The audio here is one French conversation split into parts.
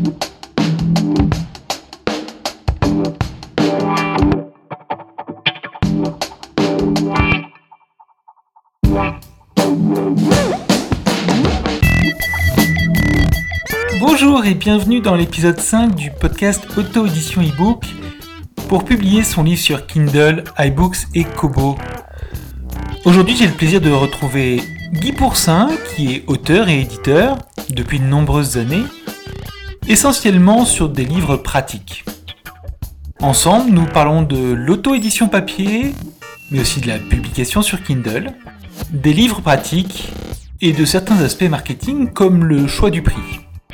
Bonjour et bienvenue dans l'épisode 5 du podcast Auto-édition e-book pour publier son livre sur Kindle, iBooks et Kobo. Aujourd'hui, j'ai le plaisir de retrouver Guy Pourcin, qui est auteur et éditeur depuis de nombreuses années, essentiellement sur des livres pratiques. Ensemble, nous parlons de l'auto-édition papier, mais aussi de la publication sur Kindle, des livres pratiques et de certains aspects marketing comme le choix du prix.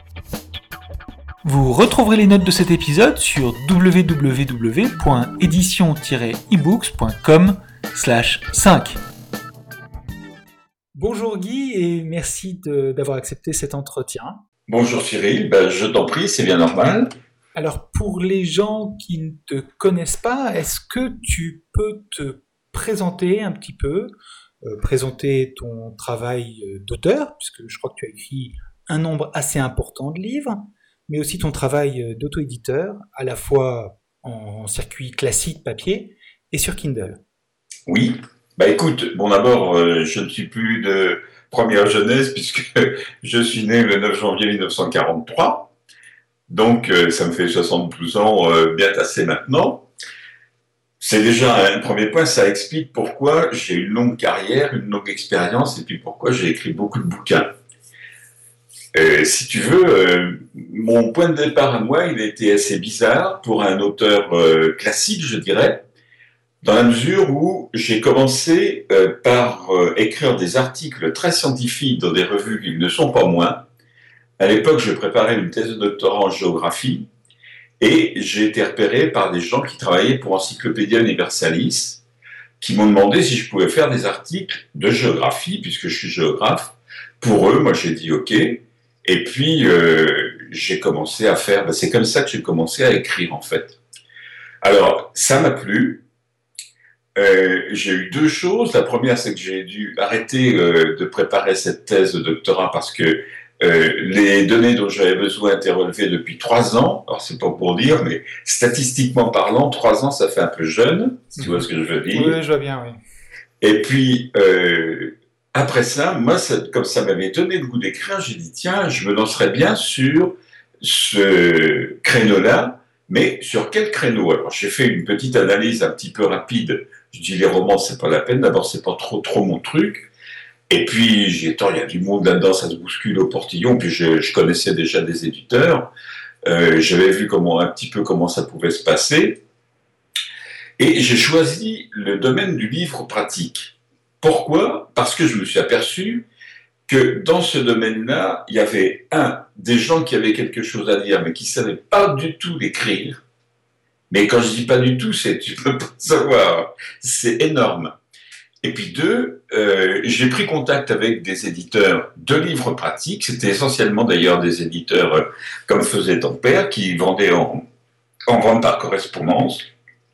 Vous retrouverez les notes de cet épisode sur www.edition-ebooks.com/5. Bonjour Guy et merci d'avoir accepté cet entretien. Bonjour Cyril, je t'en prie, c'est bien normal. Alors pour les gens qui ne te connaissent pas, est-ce que tu peux te présenter un petit peu, présenter ton travail d'auteur, puisque je crois que tu as écrit un nombre assez important de livres, mais aussi ton travail d'auto-éditeur, à la fois en circuit classique papier et sur Kindle. Oui, écoute, d'abord, je ne suis plus de première jeunesse puisque je suis né le 9 janvier 1943, donc ça me fait 72 ans bien tassé maintenant. C'est déjà un premier point, ça explique pourquoi j'ai une longue carrière, une longue expérience et puis pourquoi j'ai écrit beaucoup de bouquins. Si tu veux, mon point de départ à moi, il a été assez bizarre pour un auteur classique, je dirais, dans la mesure où j'ai commencé par écrire des articles très scientifiques dans des revues qui ne sont pas moins. À l'époque, je préparais une thèse de doctorat en géographie et j'ai été repéré par des gens qui travaillaient pour Encyclopædia Universalis, qui m'ont demandé si je pouvais faire des articles de géographie, puisque je suis géographe. Pour eux, moi j'ai dit OK. Et puis, j'ai commencé à faire... c'est comme ça que j'ai commencé à écrire, en fait. Alors, ça m'a plu. J'ai eu deux choses. La première, c'est que j'ai dû arrêter de préparer cette thèse de doctorat parce que les données dont j'avais besoin étaient relevées depuis 3 ans. Alors, c'est pas pour dire, mais statistiquement parlant, 3 ans, ça fait un peu jeune, si tu vois ce que je veux dire. Oui, je vois bien, oui. Et puis... après ça, moi, comme ça m'avait donné le goût d'écrire, j'ai dit, tiens, je me lancerais bien sur ce créneau-là, mais sur quel créneau? Alors, j'ai fait une petite analyse un petit peu rapide. Je dis, les romans, c'est pas la peine. D'abord, c'est pas trop mon truc. Et puis, il y a du monde là-dedans, ça se bouscule au portillon. Puis, je connaissais déjà des éditeurs. J'avais vu un petit peu comment ça pouvait se passer. Et j'ai choisi le domaine du livre pratique. Pourquoi ? Parce que je me suis aperçu que dans ce domaine-là, il y avait des gens qui avaient quelque chose à dire, mais qui ne savaient pas du tout l'écrire. Mais quand je dis pas du tout, tu peux pas savoir, c'est énorme. Et puis 2, j'ai pris contact avec des éditeurs de livres pratiques, c'était essentiellement d'ailleurs des éditeurs comme faisait ton père, qui vendaient en vente par correspondance.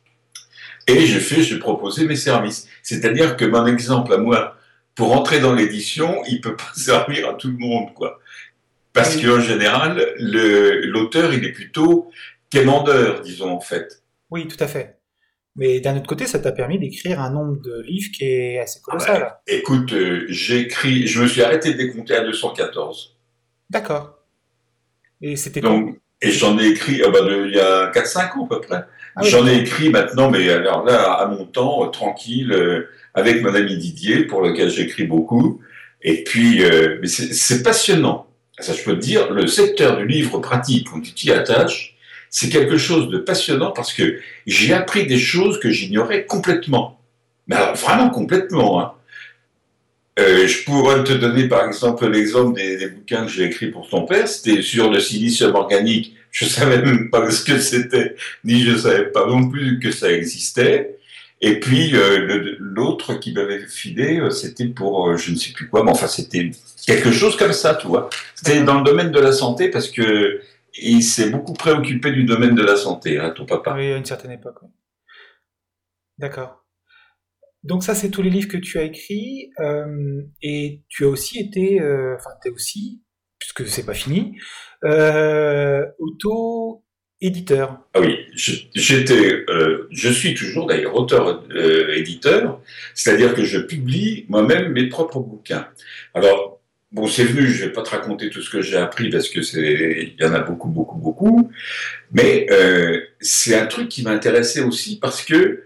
Et j'ai proposé mes services. C'est-à-dire que mon exemple à moi, pour entrer dans l'édition, il peut pas servir à tout le monde, quoi. Parce qu'en général, l'auteur, il est plutôt quémandeur, disons, en fait. Oui, tout à fait. Mais d'un autre côté, ça t'a permis d'écrire un nombre de livres qui est assez colossal. Écoute, je me suis arrêté de décompter à 214. D'accord. Et c'était et j'en ai écrit, il y a 4-5 ans à peu près. J'en ai écrit maintenant, mais alors là, à mon temps, tranquille, avec mon ami Didier, pour lequel j'écris beaucoup. Et puis, mais c'est passionnant. Ça, je peux te dire, le secteur du livre pratique, quand tu t'y attaches, c'est quelque chose de passionnant parce que j'ai appris des choses que j'ignorais complètement. Mais alors, vraiment complètement, hein. Je pourrais te donner par exemple l'exemple des bouquins que j'ai écrits pour ton père, c'était sur le silicium organique. Je savais même pas ce que c'était, ni je savais pas non plus que ça existait. Et puis l'autre qui m'avait filé, c'était pour je ne sais plus quoi, mais enfin c'était quelque chose comme ça, tu vois. C'était dans le domaine de la santé parce que il s'est beaucoup préoccupé du domaine de la santé, ton papa. Oui, à une certaine époque. Oui. D'accord. Donc ça, c'est tous les livres que tu as écrits, et tu as aussi été, puisque c'est pas fini, auto-éditeur. Ah oui, je suis toujours d'ailleurs auteur-éditeur, c'est-à-dire que je publie moi-même mes propres bouquins. Alors, bon, c'est venu, je vais pas te raconter tout ce que j'ai appris parce que il y en a beaucoup, beaucoup, beaucoup, mais c'est un truc qui m'intéressait aussi parce que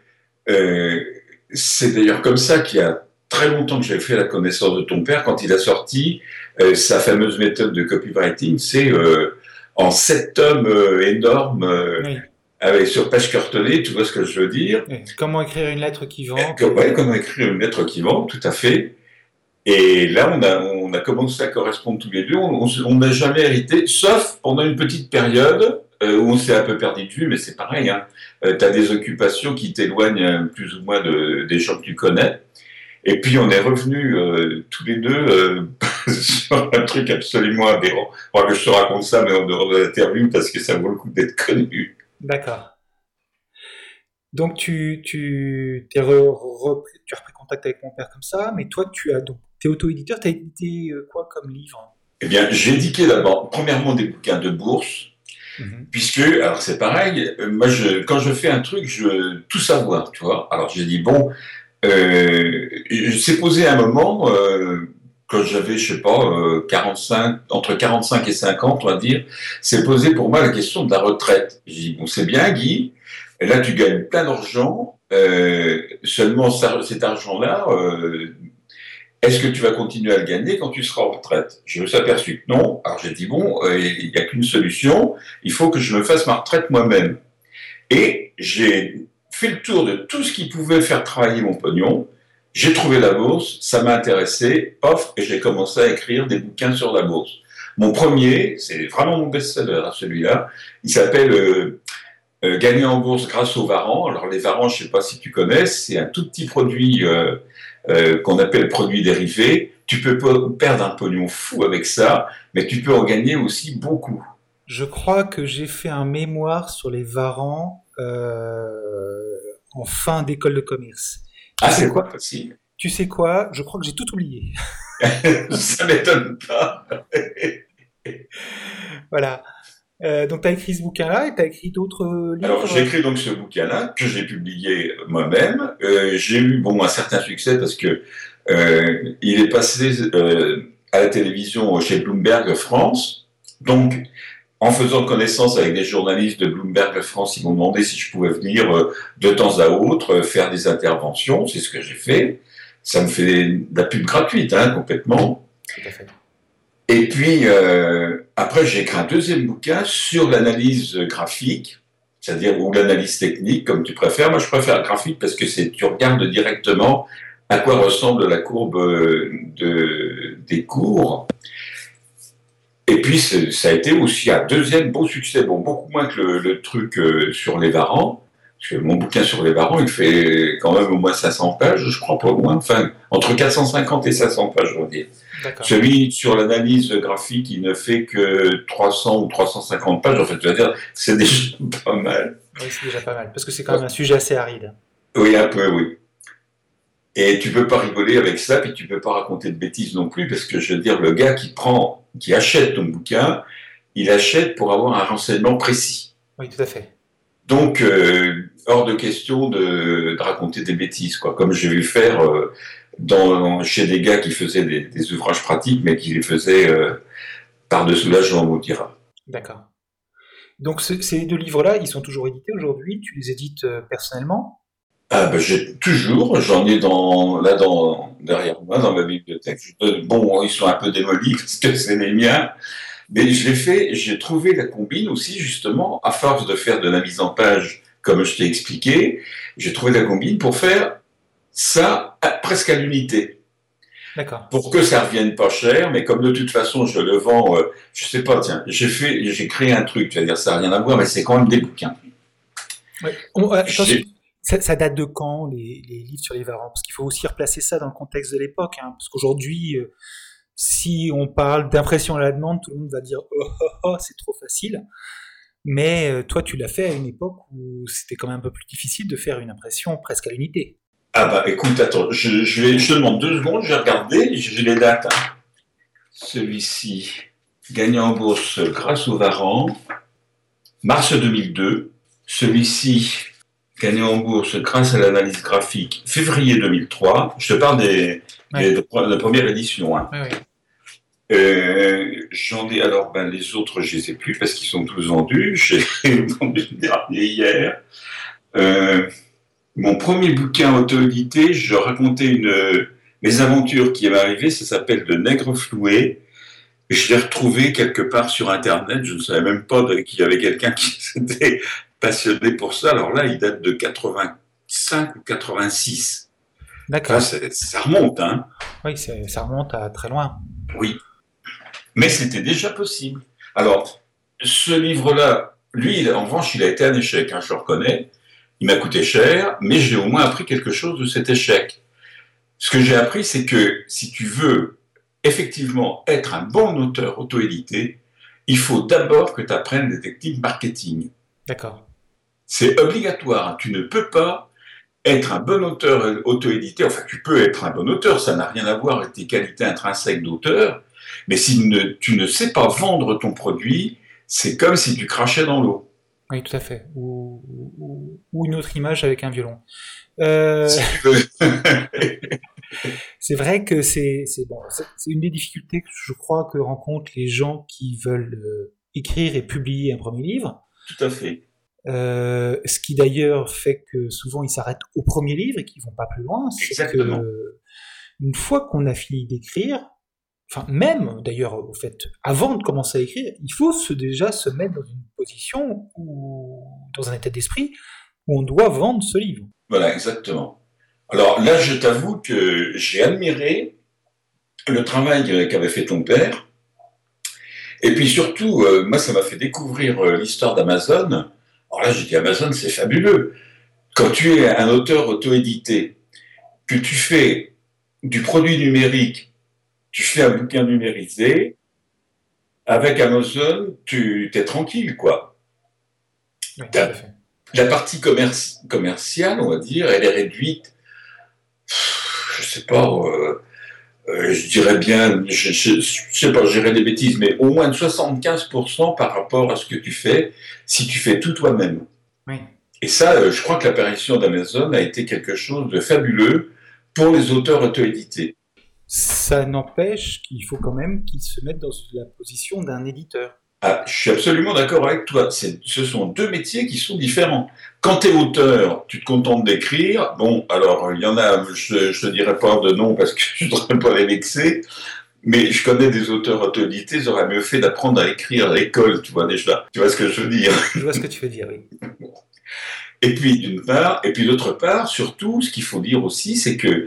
c'est d'ailleurs comme ça qu'il y a très longtemps que j'avais fait la connaissance de ton père quand il a sorti sa fameuse méthode de copywriting, c'est en 7 tomes énormes, Oui. sur page cartonnée, tu vois ce que je veux dire? Oui. Comment écrire une lettre qui vend? Ouais, comment écrire une lettre qui vend, tout à fait. Et là, on a commencé à correspondre tous les deux. On n'a jamais hérité, sauf pendant une petite période où on s'est un peu perdu de vue, mais c'est pareil. Hein. Tu as des occupations qui t'éloignent plus ou moins des gens que tu connais. Et puis on est revenus tous les deux sur un truc absolument aberrant. Enfin, que je te raconte ça, mais en dehors de l'interview, parce que ça vaut le coup d'être connu. D'accord. Donc tu as repris contact avec mon père comme ça, mais toi t'es auto-éditeur, t'as édité quoi comme livre? Eh bien, j'ai édité d'abord, premièrement, des bouquins de bourse, puisque, alors c'est pareil, moi, quand je fais un truc, je veux tout savoir, tu vois. Alors j'ai dit, bon, c'est posé un moment, quand j'avais, je sais pas, 45, entre 45 et 50, on va dire, c'est posé pour moi la question de la retraite. J'ai dit, bon, c'est bien, Guy, et là, tu gagnes plein d'argent, seulement cet argent-là, est-ce que tu vas continuer à le gagner quand tu seras en retraite? Je me suis aperçu que non. Alors j'ai dit, bon, il n'y a qu'une solution, il faut que je me fasse ma retraite moi-même. Et j'ai fait le tour de tout ce qui pouvait faire travailler mon pognon. J'ai trouvé la bourse, ça m'a intéressé, off, et j'ai commencé à écrire des bouquins sur la bourse. Mon premier, c'est vraiment mon best-seller, celui-là, il s'appelle Gagner en bourse grâce aux varans. Alors les varans, je ne sais pas si tu connais, c'est un tout petit produit qu'on appelle produit dérivé. Tu peux perdre un pognon fou avec ça, mais tu peux en gagner aussi beaucoup. Je crois que j'ai fait un mémoire sur les varans en fin d'école de commerce. Ah, c'est pas possible. Tu sais quoi? Je crois que j'ai tout oublié. Ça m'étonne pas. Voilà. Donc tu as écrit ce bouquin-là et tu as écrit d'autres livres? Alors j'ai écrit donc ce bouquin-là que j'ai publié moi-même. J'ai eu un certain succès parce que il est passé à la télévision chez Bloomberg France. Donc en faisant connaissance avec des journalistes de Bloomberg France, ils m'ont demandé si je pouvais venir de temps à autre faire des interventions. C'est ce que j'ai fait. Ça me fait de la pub gratuite, hein, complètement. Tout à fait. Et puis, après, j'ai écrit un deuxième bouquin sur l'analyse graphique, c'est-à-dire, ou l'analyse technique, comme tu préfères. Moi, je préfère graphique parce que tu regardes directement à quoi ressemble la courbe des cours. Et puis, ça a été aussi un deuxième beau succès. Bon, beaucoup moins que le truc sur les varans. Parce que mon bouquin sur les varans, il fait quand même au moins 500 pages, je crois, pas moins. Enfin, entre 450 et 500 pages, on va dire. D'accord. Celui sur l'analyse graphique, il ne fait que 300 ou 350 pages. En fait, tu vas dire, c'est déjà pas mal. Oui, c'est déjà pas mal. Parce que c'est quand même un sujet assez aride. Oui, un peu, oui. Et tu peux pas rigoler avec ça, puis tu peux pas raconter de bêtises non plus, parce que je veux dire, le gars qui achète ton bouquin, il achète pour avoir un renseignement précis. Oui, tout à fait. Donc, hors de question de raconter des bêtises, quoi. Comme j'ai vu faire chez des gars qui faisaient des ouvrages pratiques, mais qui les faisaient par-dessous la jambe, on dira. D'accord. Donc, ces deux livres-là, ils sont toujours édités aujourd'hui? Tu les édites personnellement? Ah ben j'en ai derrière moi, dans ma bibliothèque. Bon, ils sont un peu démolis parce que c'est les miens. Mais j'ai trouvé la combine aussi, justement, à force de faire de la mise en page, comme je t'ai expliqué, j'ai trouvé la combine pour faire ça presque à l'unité. D'accord. Pour que ça revienne pas cher, mais comme de toute façon, je le vends, je sais pas, tiens, j'ai créé un truc, c'est-à-dire ça n'a rien à voir, mais c'est quand même des bouquins. Ouais. Attention, ça date de quand, les livres sur les varans? Parce qu'il faut aussi replacer ça dans le contexte de l'époque, hein, parce qu'aujourd'hui, si on parle d'impression à la demande, tout le monde va dire oh, c'est trop facile. Mais toi, tu l'as fait à une époque où c'était quand même un peu plus difficile de faire une impression presque à l'unité. Ah bah écoute, attends, je te demande 2 secondes, j'ai regardé, j'ai les dates. Hein. Celui-ci, gagné en bourse grâce au varan. Mars 2002, celui-ci gagné en bourse grâce à l'analyse graphique février 2003. Je te parle de la première édition. Hein. Oui. J'en ai alors, les autres, je les ai plus parce qu'ils sont tous vendus. J'ai vendu le dernier hier. Mon premier bouquin auto-édité, je racontais mes aventures qui m'est arrivées. Ça s'appelle Le Nègre Floué. Et je l'ai retrouvé quelque part sur Internet. Je ne savais même pas qu'il y avait quelqu'un qui s'était passionné pour ça. Alors là, il date de 85 ou 86. D'accord. Là, ça remonte, hein. Oui, ça remonte à très loin. Oui. Mais c'était déjà possible. Alors, ce livre-là, lui, en revanche, il a été un échec, hein, je le reconnais. Il m'a coûté cher, mais j'ai au moins appris quelque chose de cet échec. Ce que j'ai appris, c'est que si tu veux effectivement être un bon auteur auto-édité, il faut d'abord que tu apprennes des techniques marketing. D'accord. C'est obligatoire. Tu ne peux pas être un bon auteur auto-édité. Enfin, tu peux être un bon auteur, ça n'a rien à voir avec tes qualités intrinsèques d'auteur. Mais si tu ne sais pas vendre ton produit, c'est comme si tu crachais dans l'eau. Oui, tout à fait. Ou une autre image avec un violon. Si tu veux. C'est vrai que c'est une des difficultés que je crois que rencontrent les gens qui veulent écrire et publier un premier livre. Tout à fait. Ce qui d'ailleurs fait que souvent ils s'arrêtent au premier livre et qu'ils vont pas plus loin. C'est Exactement. que une fois qu'on a fini d'écrire, enfin même d'ailleurs au fait, avant de commencer à écrire, il faut déjà se mettre dans une position ou dans un état d'esprit où on doit vendre ce livre. Voilà, exactement. Alors là, je t'avoue que j'ai admiré le travail qu'avait fait ton père. Et puis surtout, moi, ça m'a fait découvrir l'histoire d'Amazon. Alors là, j'ai dit, Amazon, c'est fabuleux. Quand tu es un auteur auto-édité, que tu fais du produit numérique, tu fais un bouquin numérisé, avec Amazon, tu es tranquille, quoi. Oui, tout à fait. La partie commerciale, on va dire, elle est réduite, je sais pas, je dirais bien, je sais pas, je dirais des bêtises, mais au moins de 75% par rapport à ce que tu fais, si tu fais tout toi-même. Oui. Et ça, je crois que l'apparition d'Amazon a été quelque chose de fabuleux pour les auteurs auto-édités. Ça n'empêche qu'il faut quand même qu'ils se mettent dans la position d'un éditeur. Ah, je suis absolument d'accord avec toi. Ce sont deux métiers qui sont différents. Quand tu es auteur, tu te contentes d'écrire. Bon, alors, il y en a, je te dirais pas de nom parce que je ne voudrais pas les vexer, mais je connais des auteurs auto-édités, ils auraient mieux fait d'apprendre à écrire à l'école, tu vois déjà. Tu vois ce que je veux dire? Je vois ce que tu veux dire, oui. Et puis, d'une part, et puis d'autre part, surtout, ce qu'il faut dire aussi, c'est que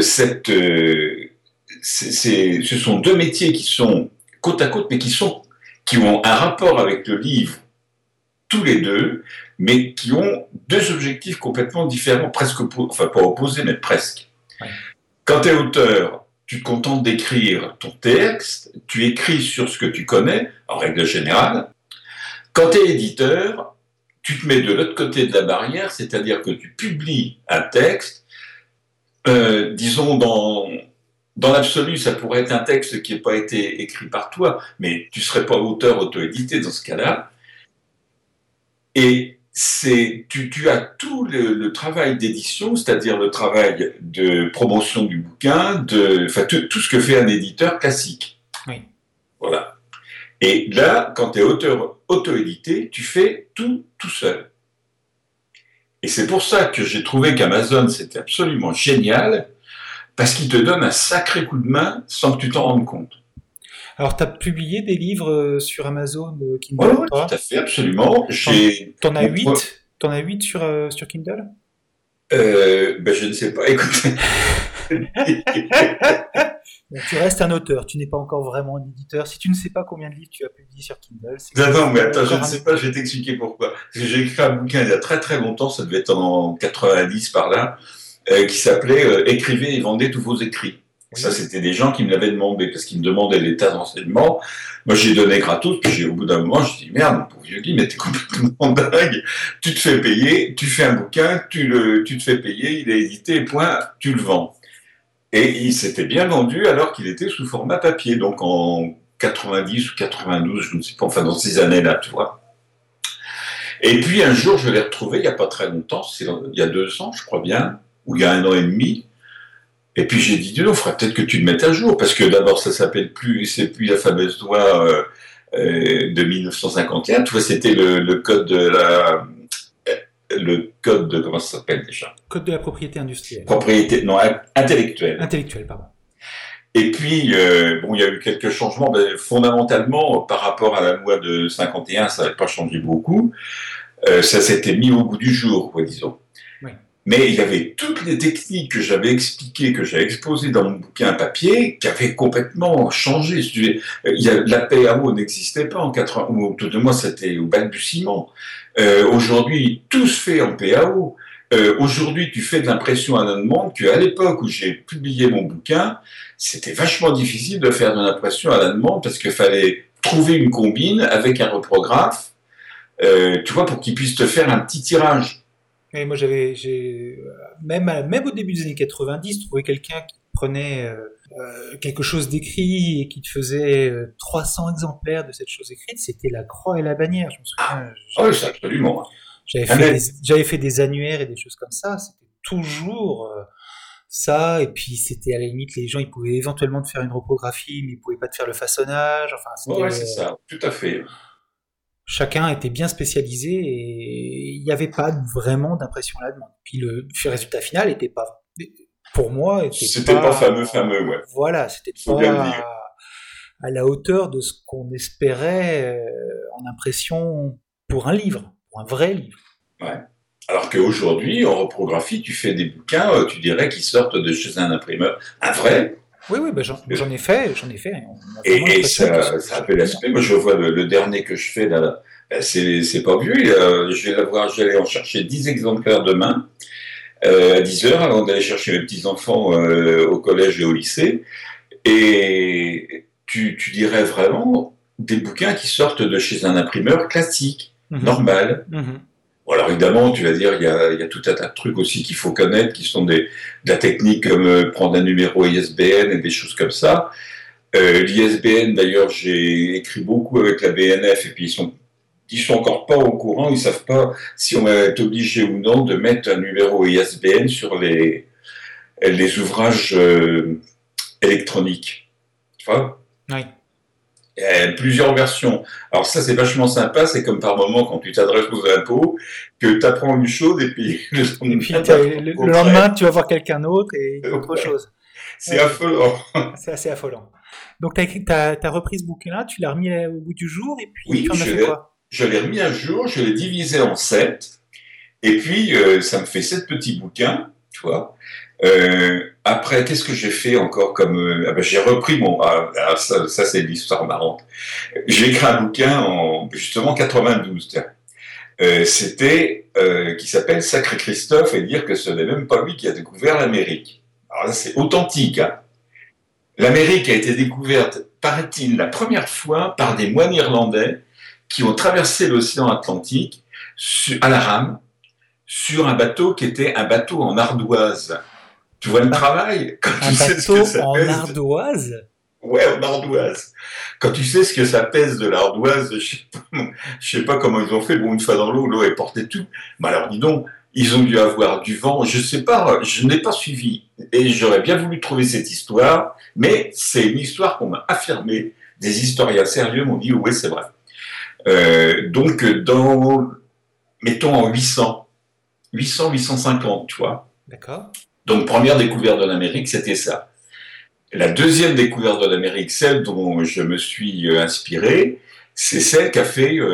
ce sont deux métiers qui sont côte à côte, mais qui ont un rapport avec le livre, tous les deux, mais qui ont deux objectifs complètement différents, enfin pas opposés, mais presque. Ouais. Quand tu es auteur, tu te contentes d'écrire ton texte, tu écris sur ce que tu connais, en règle générale. Quand tu es éditeur, tu te mets de l'autre côté de la barrière, c'est-à-dire que tu publies un texte, disons dans l'absolu, ça pourrait être un texte qui n'a pas été écrit par toi, mais tu ne serais pas auteur auto-édité dans ce cas-là. Et tu as tout le travail d'édition, c'est-à-dire le travail de promotion du bouquin, tout ce que fait un éditeur classique. Oui. Voilà. Et là, quand tu es auteur auto-édité, tu fais tout seul. Et c'est pour ça que j'ai trouvé qu'Amazon, c'était absolument génial, parce qu'il te donne un sacré coup de main sans que tu t'en rendes compte. Alors, tu as publié des livres sur Amazon Kindle, Oui, tout à fait, absolument. T'en as 8 T'en as 8 sur Kindle Je ne sais pas, écoute. Tu restes un auteur, tu n'es pas encore vraiment un éditeur. Si tu ne sais pas combien de livres tu as publié sur Kindle... Non, mais attends, je ne sais pas, je vais t'expliquer pourquoi. Parce que j'ai écrit un bouquin il y a très très longtemps, ça devait être en 90 par là, qui s'appelait « Écrivez et vendez tous vos écrits ». Oui. Ça, c'était des gens qui me l'avaient demandé, parce qu'ils me demandaient des tas d'enseignements. Moi, j'ai donné gratos, puis au bout d'un moment, je dis merde, mon pauvre vieux Guy, mais t'es complètement dingue. Tu te fais payer, tu fais un bouquin, tu te fais payer, il est édité, point, tu le vends. Et il s'était bien vendu alors qu'il était sous format papier, donc en 90 ou 92, je ne sais pas, enfin dans ces années-là, tu vois. Et puis un jour, je l'ai retrouvé il n'y a pas très longtemps, il y a 2 ans, je crois bien, ou il y a 1 an et demi. Et puis j'ai dit, il faudrait peut-être que tu le mettes à jour, parce que d'abord, ça s'appelle plus, c'est plus la fameuse loi de 1951. Tu vois, c'était le code de le code de, comment ça s'appelle déjà? Code de la propriété industrielle. Propriété, non, intellectuelle. Intellectuelle, pardon. Et puis, bon, il y a eu quelques changements, mais fondamentalement, par rapport à la loi de 51, ça n'avait pas changé beaucoup. Ça s'était mis au goût du jour, quoi, disons. Oui. Mais il y avait toutes les techniques que j'avais expliquées, que j'avais exposées dans mon bouquin papier, qui avaient complètement changé. La PAO n'existait pas en 80, ou autour de moi, c'était au balbutiement. Aujourd'hui, tout se fait en PAO. Aujourd'hui, tu fais de l'impression à la demande, qu'à l'époque où j'ai publié mon bouquin, c'était vachement difficile de faire de l'impression à la demande parce qu'il fallait trouver une combine avec un reprographe, tu vois, pour qu'il puisse te faire un petit tirage. Et moi, même au début des années 90, trouver quelqu'un qui prenait quelque chose d'écrit et qui te faisait 300 exemplaires de cette chose écrite, c'était la croix et la bannière. Je me souviens. Oui, c'est absolument. J'avais fait des annuaires et des choses comme ça. C'était toujours ça. Et puis, c'était à la limite, les gens, ils pouvaient éventuellement te faire une reprographie, mais ils pouvaient pas te faire le façonnage. Enfin, Ouais, c'est ça, tout à fait. Chacun était bien spécialisé et il n'y avait pas vraiment d'impression à la demande. Puis le résultat final était pas, pour moi, c'était pas fameux, ouais. Voilà, c'était pas à la hauteur de ce qu'on espérait en impression pour un livre, pour un vrai livre. Ouais. Alors qu'aujourd'hui, en reprographie, tu fais des bouquins, tu dirais, qui sortent de chez un imprimeur, un vrai. Oui, bah j'en ai fait. Et ça a fait l'aspect. Moi, je vois le dernier que je fais là, c'est pas vieux. Je vais aller en chercher 10 exemplaires demain, à 10 heures, avant d'aller chercher mes petits-enfants au collège et au lycée. Et tu dirais vraiment des bouquins qui sortent de chez un imprimeur classique, normal. Bon, alors évidemment, tu vas dire, il y a tout un tas de trucs aussi qu'il faut connaître, qui sont de la technique comme prendre un numéro ISBN et des choses comme ça. L'ISBN, d'ailleurs, j'ai écrit beaucoup avec la BNF, et puis ils sont encore pas au courant, ils savent pas si on va être obligé ou non de mettre un numéro ISBN sur les ouvrages électroniques. Tu vois? Oui. Il y a plusieurs versions. Alors ça, c'est vachement sympa. C'est comme par moment, quand tu t'adresses aux impôts, que tu apprends une chose et puis le lendemain, tu vas voir quelqu'un d'autre et autre chose. C'est affolant. C'est assez affolant. Donc, tu as repris ce bouquin-là, tu l'as remis au bout du jour et puis oui, tu en as fait quoi? Je l'ai remis à jour, je l'ai divisé en 7. Et puis, ça me fait 7 petits bouquins, tu vois. Après, qu'est-ce que j'ai fait encore comme... j'ai repris ça c'est l'histoire marrante. J'ai écrit un bouquin en, justement, 92, tiens. C'était... qui s'appelle Sacré Christophe, et dire que ce n'est même pas lui qui a découvert l'Amérique. Alors là, c'est authentique, hein. L'Amérique a été découverte, paraît-il, la première fois par des moines irlandais qui ont traversé l'océan Atlantique à la rame, sur un bateau qui était un bateau en ardoise. Tu vois le travail? Quand tu sais ce que ça pèse. En ardoise? Ouais, en ardoise. Quand tu sais ce que ça pèse de l'ardoise, je sais pas comment ils ont fait. Bon, une fois dans l'eau est portée tout. Mais alors, dis donc, ils ont dû avoir du vent. Je sais pas, je n'ai pas suivi. Et j'aurais bien voulu trouver cette histoire, mais c'est une histoire qu'on m'a affirmée. Des historiens sérieux m'ont dit, oui, c'est vrai. Donc, mettons en 850, tu vois. D'accord. Donc, première découverte de l'Amérique, c'était ça. La deuxième découverte de l'Amérique, celle dont je me suis inspiré, c'est celle qu'ont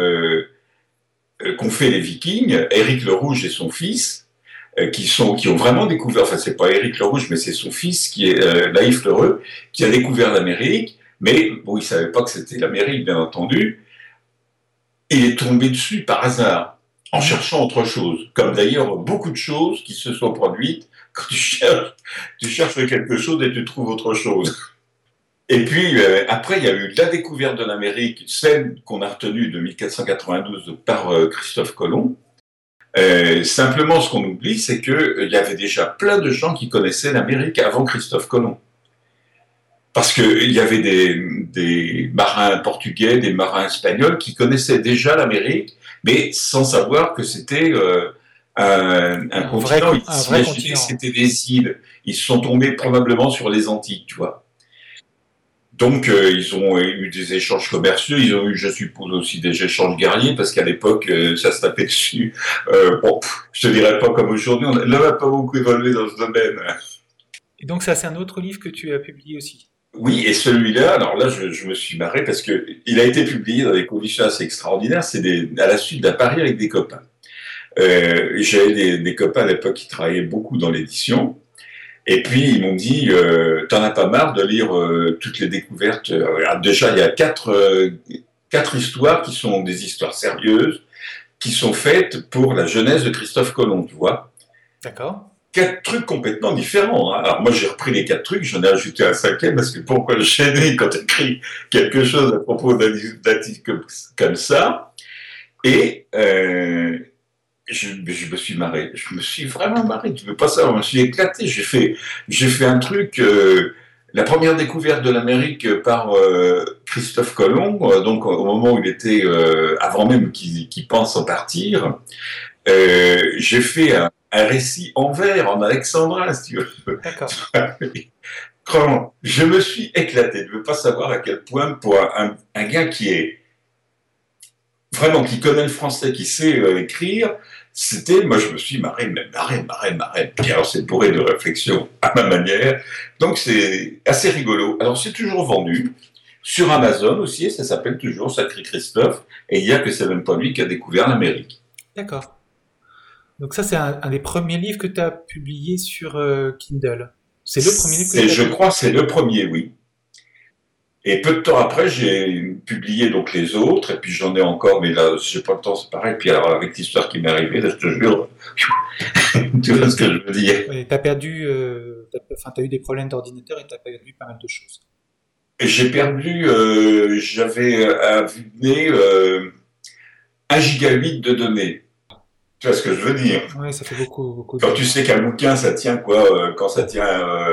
fait les Vikings, Éric le Rouge et son fils, qui ont vraiment découvert, enfin c'est pas Éric le Rouge, mais c'est son fils qui est Laïf l'Heureux, qui a découvert l'Amérique, mais bon, il savait pas que c'était l'Amérique, bien entendu. Il est tombé dessus par hasard, en cherchant autre chose, comme d'ailleurs beaucoup de choses qui se sont produites. Quand tu cherches quelque chose et tu trouves autre chose. Et puis, après, il y a eu la découverte de l'Amérique, celle qu'on a retenue de 1492 par Christophe Colomb. Simplement, ce qu'on oublie, c'est qu'il y avait déjà plein de gens qui connaissaient l'Amérique avant Christophe Colomb. Parce qu'il y avait des marins portugais, des marins espagnols qui connaissaient déjà l'Amérique, mais sans savoir que c'était un continent. Ils Un vrai s'imaginaient que continent. c'était des îles. Ils se sont tombés probablement sur les Antilles, tu vois. Donc, ils ont eu des échanges commerciaux, ils ont eu, je suppose, aussi des échanges guerriers, parce qu'à l'époque, ça se tapait dessus. Je te dirais pas comme aujourd'hui, l'homme n'a pas beaucoup évolué dans ce domaine. Et donc ça, c'est un autre livre que tu as publié aussi. Oui, et celui-là, alors là, je me suis marré parce que il a été publié dans des conditions assez extraordinaires. À la suite d'un pari avec des copains. J'avais des copains à l'époque qui travaillaient beaucoup dans l'édition. Et puis ils m'ont dit, t'en as pas marre de lire toutes les découvertes. Déjà, il y a quatre histoires qui sont des histoires sérieuses, qui sont faites pour la jeunesse de Christophe Colomb, tu vois. D'accord. Quatre trucs complètement différents. Hein. Alors moi, j'ai repris les quatre trucs, j'en ai ajouté un cinquième, parce que pourquoi le gêner quand tu écris quelque chose à propos d'un titre comme ça. Et je me suis marré. Je me suis vraiment marré. Tu veux pas savoir, je me suis éclaté. J'ai fait un truc. La première découverte de l'Amérique par Christophe Colomb, donc au moment où il était, avant même qu'il pense en partir, j'ai fait un récit en vers, en alexandrin, si tu veux. D'accord. Comment je me suis éclaté. Tu ne veux pas savoir à quel point, pour un gars qui est vraiment, qui connaît le français, qui sait écrire, moi je me suis marré. Puis alors c'est bourré de réflexion à ma manière. Donc c'est assez rigolo. Alors c'est toujours vendu. Sur Amazon aussi, ça s'appelle toujours Sacré Christophe. Et il y a que c'est même pas lui qui a découvert l'Amérique. D'accord. Donc ça, c'est un des premiers livres que tu as publié sur Kindle. C'est le premier livre que tu as Je publié. crois que c'est le premier, oui. Et peu de temps après, j'ai publié donc les autres, et puis j'en ai encore, mais là, j'ai pas le temps, c'est pareil. Puis alors, avec l'histoire qui m'est arrivée, là, je te jure, tu vois ce que je veux dire. Ouais, t'as perdu, t'as eu des problèmes d'ordinateur et t'as perdu pas mal de choses. Et j'ai perdu, j'avais à vue de nez 1 gigabit de données. Tu vois ce que je veux dire? Ouais, ça fait beaucoup Quand de... tu sais qu'un bouquin, ça tient quoi, quand ça tient,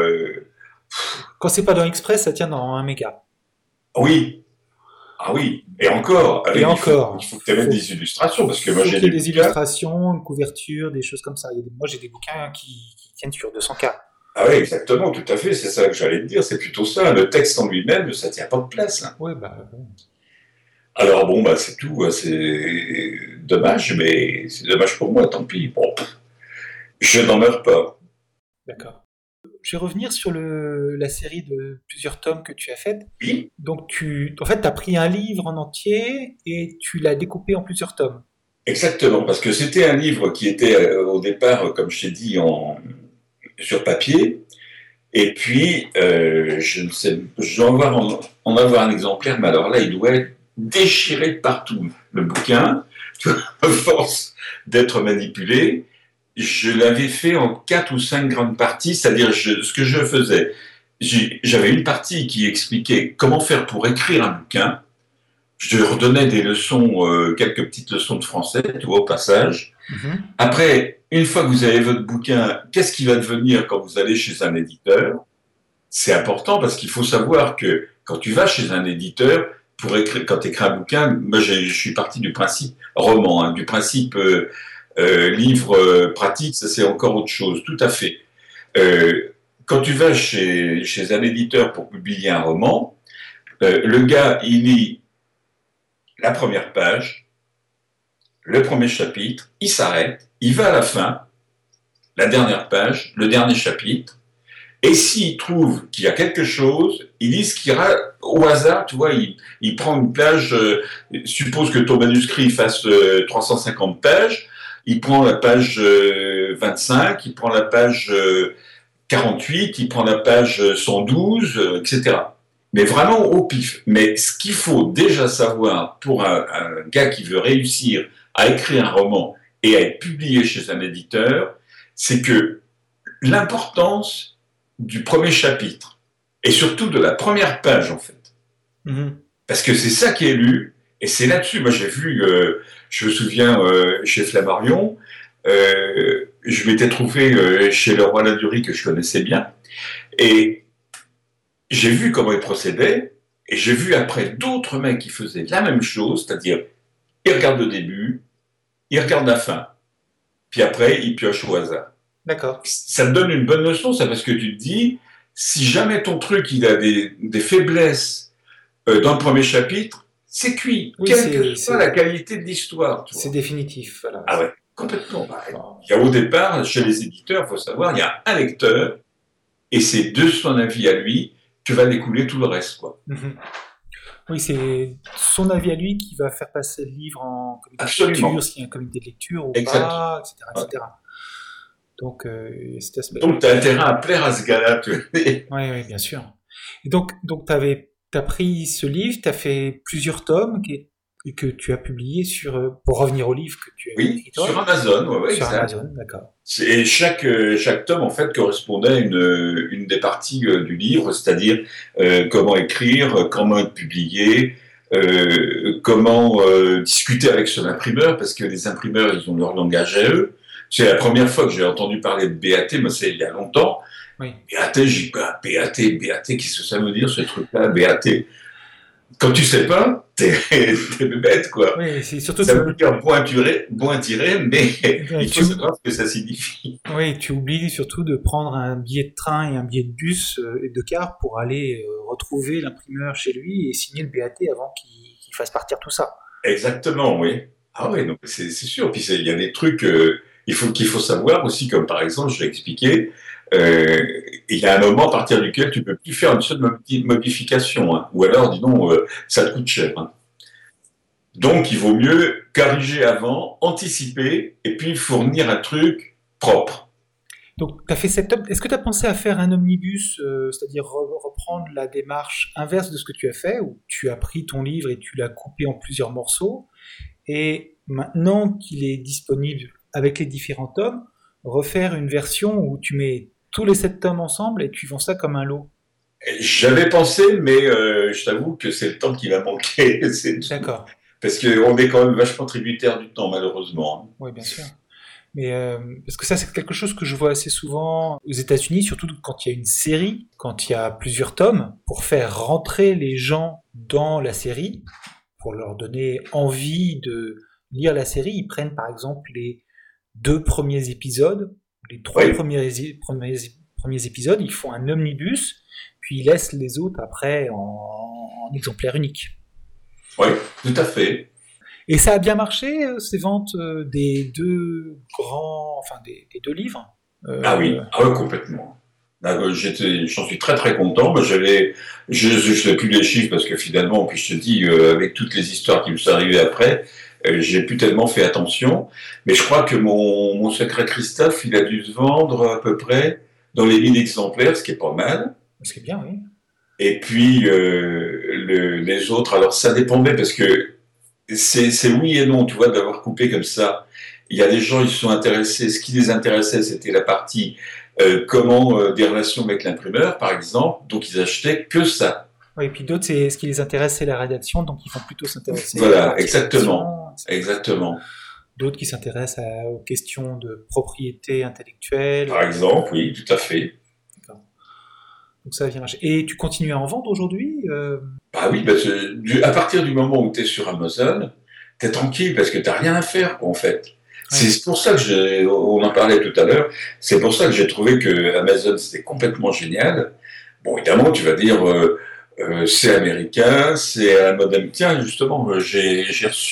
Quand c'est pas dans Express, ça tient dans un méga. oui, ah oui, et encore, Et avec, il encore, faut que tu aies des illustrations, parce que moi faut j'ai qu'il y ait des des bouquins. illustrations, une couverture, des choses comme ça. Moi, j'ai des bouquins qui tiennent sur 200K. Ah oui, exactement, tout à fait, c'est ça que j'allais te dire, c'est plutôt ça. Le texte en lui-même, ça tient pas de place. Là. Ouais, bah, bon. Alors bon, bah c'est tout, c'est dommage, mais c'est dommage pour moi, tant pis. Bon, je n'en meurs pas. D'accord. Je vais revenir sur la série de plusieurs tomes que tu as faite. Oui, Donc, en fait, tu as pris un livre en entier et tu l'as découpé en plusieurs tomes. exactement, parce que c'était un livre qui était au départ, comme je t'ai dit, sur papier, et puis je ne sais, je dois en avoir un exemplaire, mais alors là, il doit être déchiré de partout. Le bouquin, tu vois, à force d'être manipulé, je l'avais fait en 4 ou 5 grandes parties, c'est-à-dire ce que je faisais. J'avais une partie qui expliquait comment faire pour écrire un bouquin. Je redonnais des leçons, quelques petites leçons de français, tu vois, au passage. Mhm. Après, une fois que vous avez votre bouquin, qu'est-ce qui va devenir quand vous allez chez un éditeur? C'est important parce qu'il faut savoir que quand tu vas chez un éditeur, quand tu écris un bouquin, moi je suis parti du principe roman, hein, du principe livre pratique, ça c'est encore autre chose, tout à fait. Quand tu vas chez un éditeur pour publier un roman, le gars, il lit la première page, le premier chapitre, il s'arrête, il va à la fin, la dernière page, le dernier chapitre, et s'il trouve qu'il y a quelque chose, il lit ce qu'il y a au hasard, tu vois, il prend une page, suppose que ton manuscrit fasse 350 pages, il prend la page 25, il prend la page 48, il prend la page 112, etc. Mais vraiment au pif. Mais ce qu'il faut déjà savoir pour un gars qui veut réussir à écrire un roman et à être publié chez un éditeur, c'est que l'importance du premier chapitre et surtout de la première page en fait. Mhm. Parce que c'est ça qui est lu et c'est là-dessus. Moi j'ai vu, je me souviens chez Flammarion, je m'étais trouvé chez le roi Ladurie que je connaissais bien et j'ai vu comment il procédait et j'ai vu après d'autres mecs qui faisaient la même chose, c'est-à-dire ils regardent le début, il regarde la fin. Puis après, il pioche au hasard. D'accord. Ça te donne une bonne leçon, ça, parce que tu te dis, si jamais ton truc, il a des faiblesses dans le premier chapitre, c'est cuit, Oui, quelle que soit la qualité de l'histoire. C'est définitif. Voilà. Ah ouais, complètement. Il y a au départ, chez les éditeurs, il faut savoir, il y a un lecteur, et c'est de son avis à lui que va découler tout le reste, quoi. Oui, c'est son avis à lui qui va faire passer le livre en comité Absolument. de lecture, s'il y a un comité de lecture ou pas, etc. etc. Donc, cet aspect. Donc, tu as intérêt à plaire à ce gars-là, tu vois. Oui, bien sûr. Et donc t'as pris ce livre, tu as fait plusieurs tomes que tu as publiés pour revenir au livre que tu as écrit toi. Sur Amazon, sur exact. Amazon, d'accord. Et chaque tome, en fait, correspondait à une des parties du livre, c'est-à-dire comment écrire, comment être publié, comment discuter avec son imprimeur, parce que les imprimeurs, ils ont leur langage à eux. C'est la première fois que j'ai entendu parler de BAT, mais c'est il y a longtemps. Oui. BAT, j'ai pas BAT, qu'est-ce que ça veut dire ce truc-là, BAT? Quand tu sais pas, t'es bête, quoi. Oui, c'est surtout ça veut dire bon tiré, mais il faut savoir ce que ça signifie. Oui, tu oublies surtout de prendre un billet de train et un billet de bus et de car pour aller retrouver l'imprimeur chez lui et signer le BAT avant qu'il fasse partir tout ça. Exactement, oui. Ah oui, donc c'est sûr. Puis il y a des trucs qu'il faut savoir aussi, comme par exemple, je l'ai expliqué, il y a un moment à partir duquel tu peux plus faire une seule modification, hein, ou alors, disons, ça te coûte cher. Hein. Donc, il vaut mieux corriger avant, anticiper, et puis fournir un truc propre. Donc, tu as fait cette top. Est-ce que tu as pensé à faire un omnibus, c'est-à-dire reprendre la démarche inverse de ce que tu as fait, où tu as pris ton livre et tu l'as coupé en plusieurs morceaux, et maintenant qu'il est disponible avec les différents tomes, refaire une version où tu mets tous les 7 tomes ensemble et tu vends ça comme un lot? J'avais pensé, mais je t'avoue que c'est le temps qui va manquer. D'accord. Parce qu'on est quand même vachement tributaire du temps, malheureusement. Oui, bien sûr. Mais parce que ça, c'est quelque chose que je vois assez souvent aux États-Unis, surtout quand il y a une série, quand il y a plusieurs tomes, pour faire rentrer les gens dans la série, pour leur donner envie de lire la série. Ils prennent par exemple les 2 premiers épisodes, les 3 premiers épisodes, ils font un omnibus, puis ils laissent les autres après en exemplaire unique. Oui, tout à fait. Et ça a bien marché, ces ventes des 2 livres Ah oui, complètement. J'en suis très très content. Moi, je sais plus les chiffres parce que finalement, puis je te dis, avec toutes les histoires qui me sont arrivées après, j'ai plus tellement fait attention. Mais je crois que mon secret Christophe, il a dû se vendre à peu près dans les 1000 exemplaires, ce qui est pas mal. Ce qui est bien, oui. Et puis les autres, alors ça dépendait parce que c'est oui et non, tu vois, d'avoir coupé comme ça. Il y a des gens, ils se sont intéressés. Ce qui les intéressait, c'était la partie des relations avec l'imprimeur, par exemple. Donc ils achetaient que ça. Oui, et puis d'autres, ce qui les intéresse, c'est la rédaction, donc ils vont plutôt s'intéresser. Voilà, exactement. Exactement. D'autres qui s'intéressent aux questions de propriété intellectuelle. Par exemple, oui, tout à fait. D'accord. Donc ça vient marcher. Et tu continues à en vendre aujourd'hui Bah oui, à partir du moment où tu es sur Amazon, tu es tranquille parce que tu n'as rien à faire, en fait. Ouais. C'est pour ça que on en parlait tout à l'heure, c'est pour ça que j'ai trouvé que Amazon c'était complètement génial. Bon, évidemment, tu vas dire, c'est américain, c'est un modèle. Tiens, justement, j'ai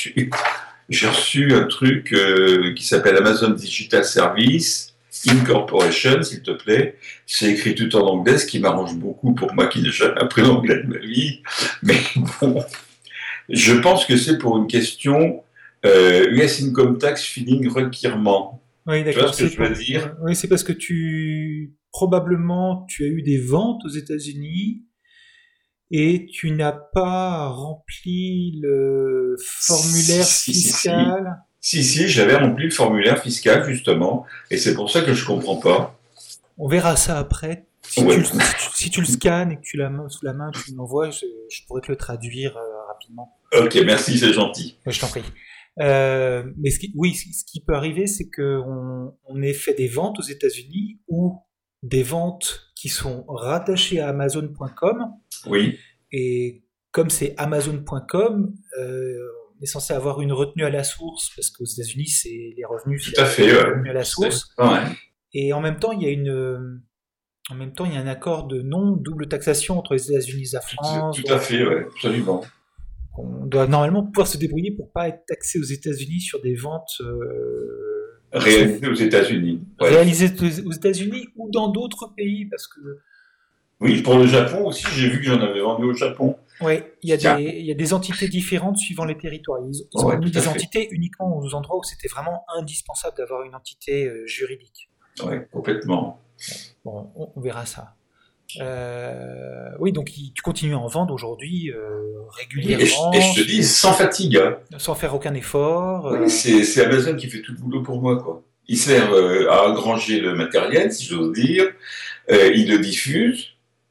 reçu un truc qui s'appelle Amazon Digital Service Incorporation, s'il te plaît. C'est écrit tout en anglais, ce qui m'arrange beaucoup pour moi qui n'ai jamais appris l'anglais de ma vie. Mais bon, je pense que c'est pour une question US Income Tax Filing Requirement. Oui, d'accord. Tu vois ce que je veux dire? Oui, c'est parce que probablement tu as eu des ventes aux États-Unis et tu n'as pas rempli le formulaire fiscal. Si, j'avais rempli le formulaire fiscal, justement, et c'est pour ça que je comprends pas. On verra ça après. Si tu le scannes et que tu l'as sous la main, tu m'envoies, je pourrais te le traduire rapidement. Ok, merci, c'est gentil. Je t'en prie. Mais ce qui peut arriver, c'est qu'on ait fait des ventes aux États-Unis ou des ventes qui sont rattachées à Amazon.com. Oui. Et comme c'est Amazon.com, est censé avoir une retenue à la source, parce qu'aux États-Unis, c'est les revenus, Tout c'est à fait, une ouais. retenue à la source. Ouais. Et en même temps, il y a un accord de non-double taxation entre les États-Unis et la France. Tout à fait, ouais, absolument. On doit normalement pouvoir se débrouiller pour pas être taxé aux États-Unis sur des ventes Réalisé aux États-Unis. Ouais. réalisées aux États-Unis ou dans d'autres pays, parce que Oui, pour le Japon aussi, j'ai vu que j'en avais vendu au Japon. ouais, il y a des entités différentes suivant les territoires. Ils ont Ouais, mis tout à des fait. entités uniquement aux endroits où c'était vraiment indispensable d'avoir une entité juridique. Ouais, complètement. Bon, on verra ça. Oui, donc tu continues à en vendre aujourd'hui régulièrement, Et je te dis, sans fatigue. Hein. sans faire aucun effort. Oui, c'est Amazon qui fait tout le boulot pour moi, quoi. Il sert à engranger le matériel, si j'ose dire. Il le diffuse.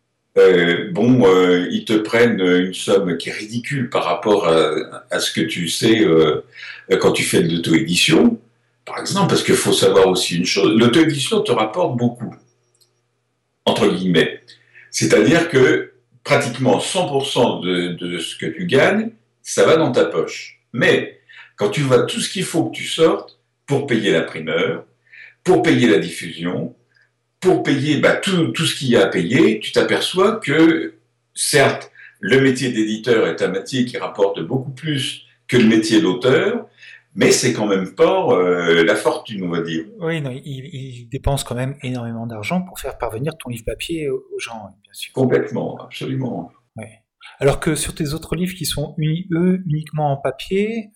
Ils te prennent une somme qui est ridicule par rapport à ce que tu sais quand tu fais de l'auto-édition, par exemple, parce qu'il faut savoir aussi une chose, l'auto-édition te rapporte beaucoup, entre guillemets. C'est-à-dire que pratiquement 100% de ce que tu gagnes, ça va dans ta poche. Mais quand tu vois tout ce qu'il faut que tu sortes pour payer l'imprimeur, pour payer la diffusion, pour payer tout ce qu'il y a à payer, tu t'aperçois que, certes, le métier d'éditeur est un métier qui rapporte beaucoup plus que le métier d'auteur, mais c'est quand même pas la fortune, on va dire. Oui, non, il dépense quand même énormément d'argent pour faire parvenir ton livre papier aux gens, oui, bien sûr. Complètement, absolument. Ouais. Alors que sur tes autres livres qui sont uniquement en papier,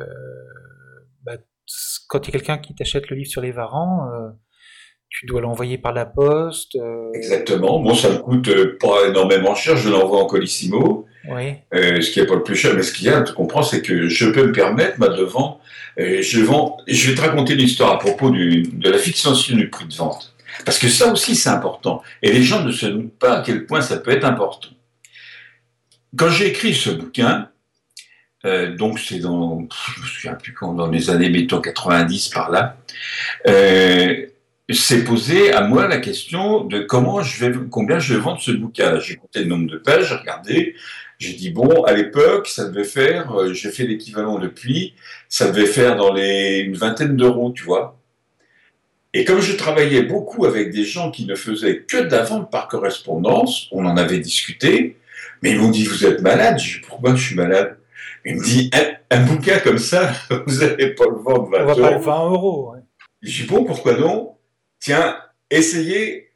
quand il y a quelqu'un qui t'achète le livre sur les Varans, tu dois l'envoyer par la poste. Exactement. Bon, ça me coûte pas énormément cher, je l'envoie en Colissimo. Oui. Ce qui n'est pas le plus cher, mais ce qu'il y a, tu comprends, c'est que je peux me permettre, de vendre. Je vais te raconter une histoire à propos de la fixation du prix de vente. Parce que ça aussi, c'est important. Et les gens ne se doutent pas à quel point ça peut être important. Quand j'ai écrit ce bouquin, donc c'est je me souviens plus quand, dans les années, mettons, 90 par là, s'est posé à moi la question de combien je vais vendre ce bouquin. J'ai compté le nombre de pages, j'ai regardé, j'ai dit bon, à l'époque, ça devait faire, j'ai fait l'équivalent depuis, ça devait faire dans une vingtaine d'euros, tu vois. Et comme je travaillais beaucoup avec des gens qui ne faisaient que de la vente par correspondance, on en avait discuté, mais ils m'ont dit vous êtes malade. J'ai dit pourquoi je suis malade? Il me dit un bouquin comme ça, vous n'allez pas le vendre 20 On va euros. pas le 20 euros. Ouais. J'ai dit bon, pourquoi non? Tiens, essayez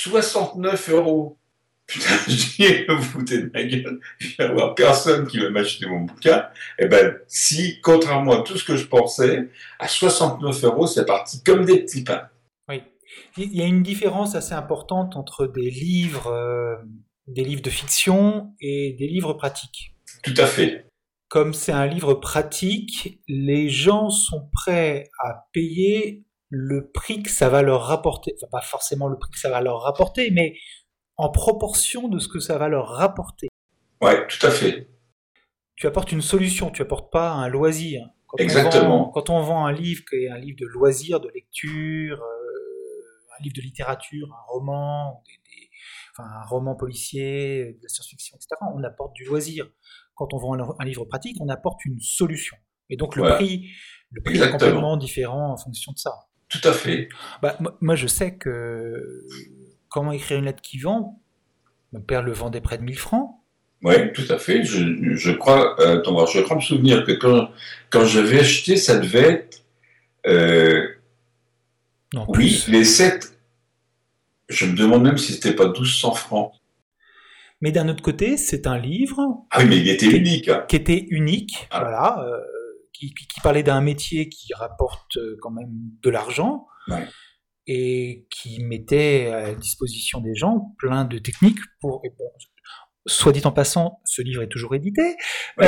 69 euros. Putain, je dis, vous foutez de ma gueule, il va y avoir personne qui va m'acheter mon bouquin. Eh ben, si, contrairement à tout ce que je pensais, à 69 euros, c'est parti comme des petits pains. Oui. Il y a une différence assez importante entre des livres de fiction et des livres pratiques. Tout à fait. Comme c'est un livre pratique, les gens sont prêts à payer le prix que ça va leur rapporter. Enfin, pas forcément le prix que ça va leur rapporter, mais en proportion de ce que ça va leur rapporter. Ouais, tout à fait. Tu apportes une solution, tu apportes pas un loisir. Exactement. Quand on vend un livre qui est un livre de loisir, de lecture, un livre de littérature, un roman, un roman policier, de la science-fiction, etc., on apporte du loisir. Quand on vend un livre pratique, on apporte une solution. Et donc le prix est complètement différent en fonction de ça. Tout à fait. Moi, je sais que Comment écrire une lettre qui vend, mon père le vendait près de 1000 francs. Oui, tout à fait. Je crois me souvenir que quand j'avais acheté, ça devait être... non, oui, les 7... Je me demande même si c'était pas 1200 francs. Mais d'un autre côté, c'est un livre... Ah oui, mais il était unique. Hein. Qui était unique, voilà, qui parlait d'un métier qui rapporte quand même de l'argent, ouais. Et qui mettait à disposition des gens plein de techniques pour... Bon, soit dit en passant, ce livre est toujours édité, oui.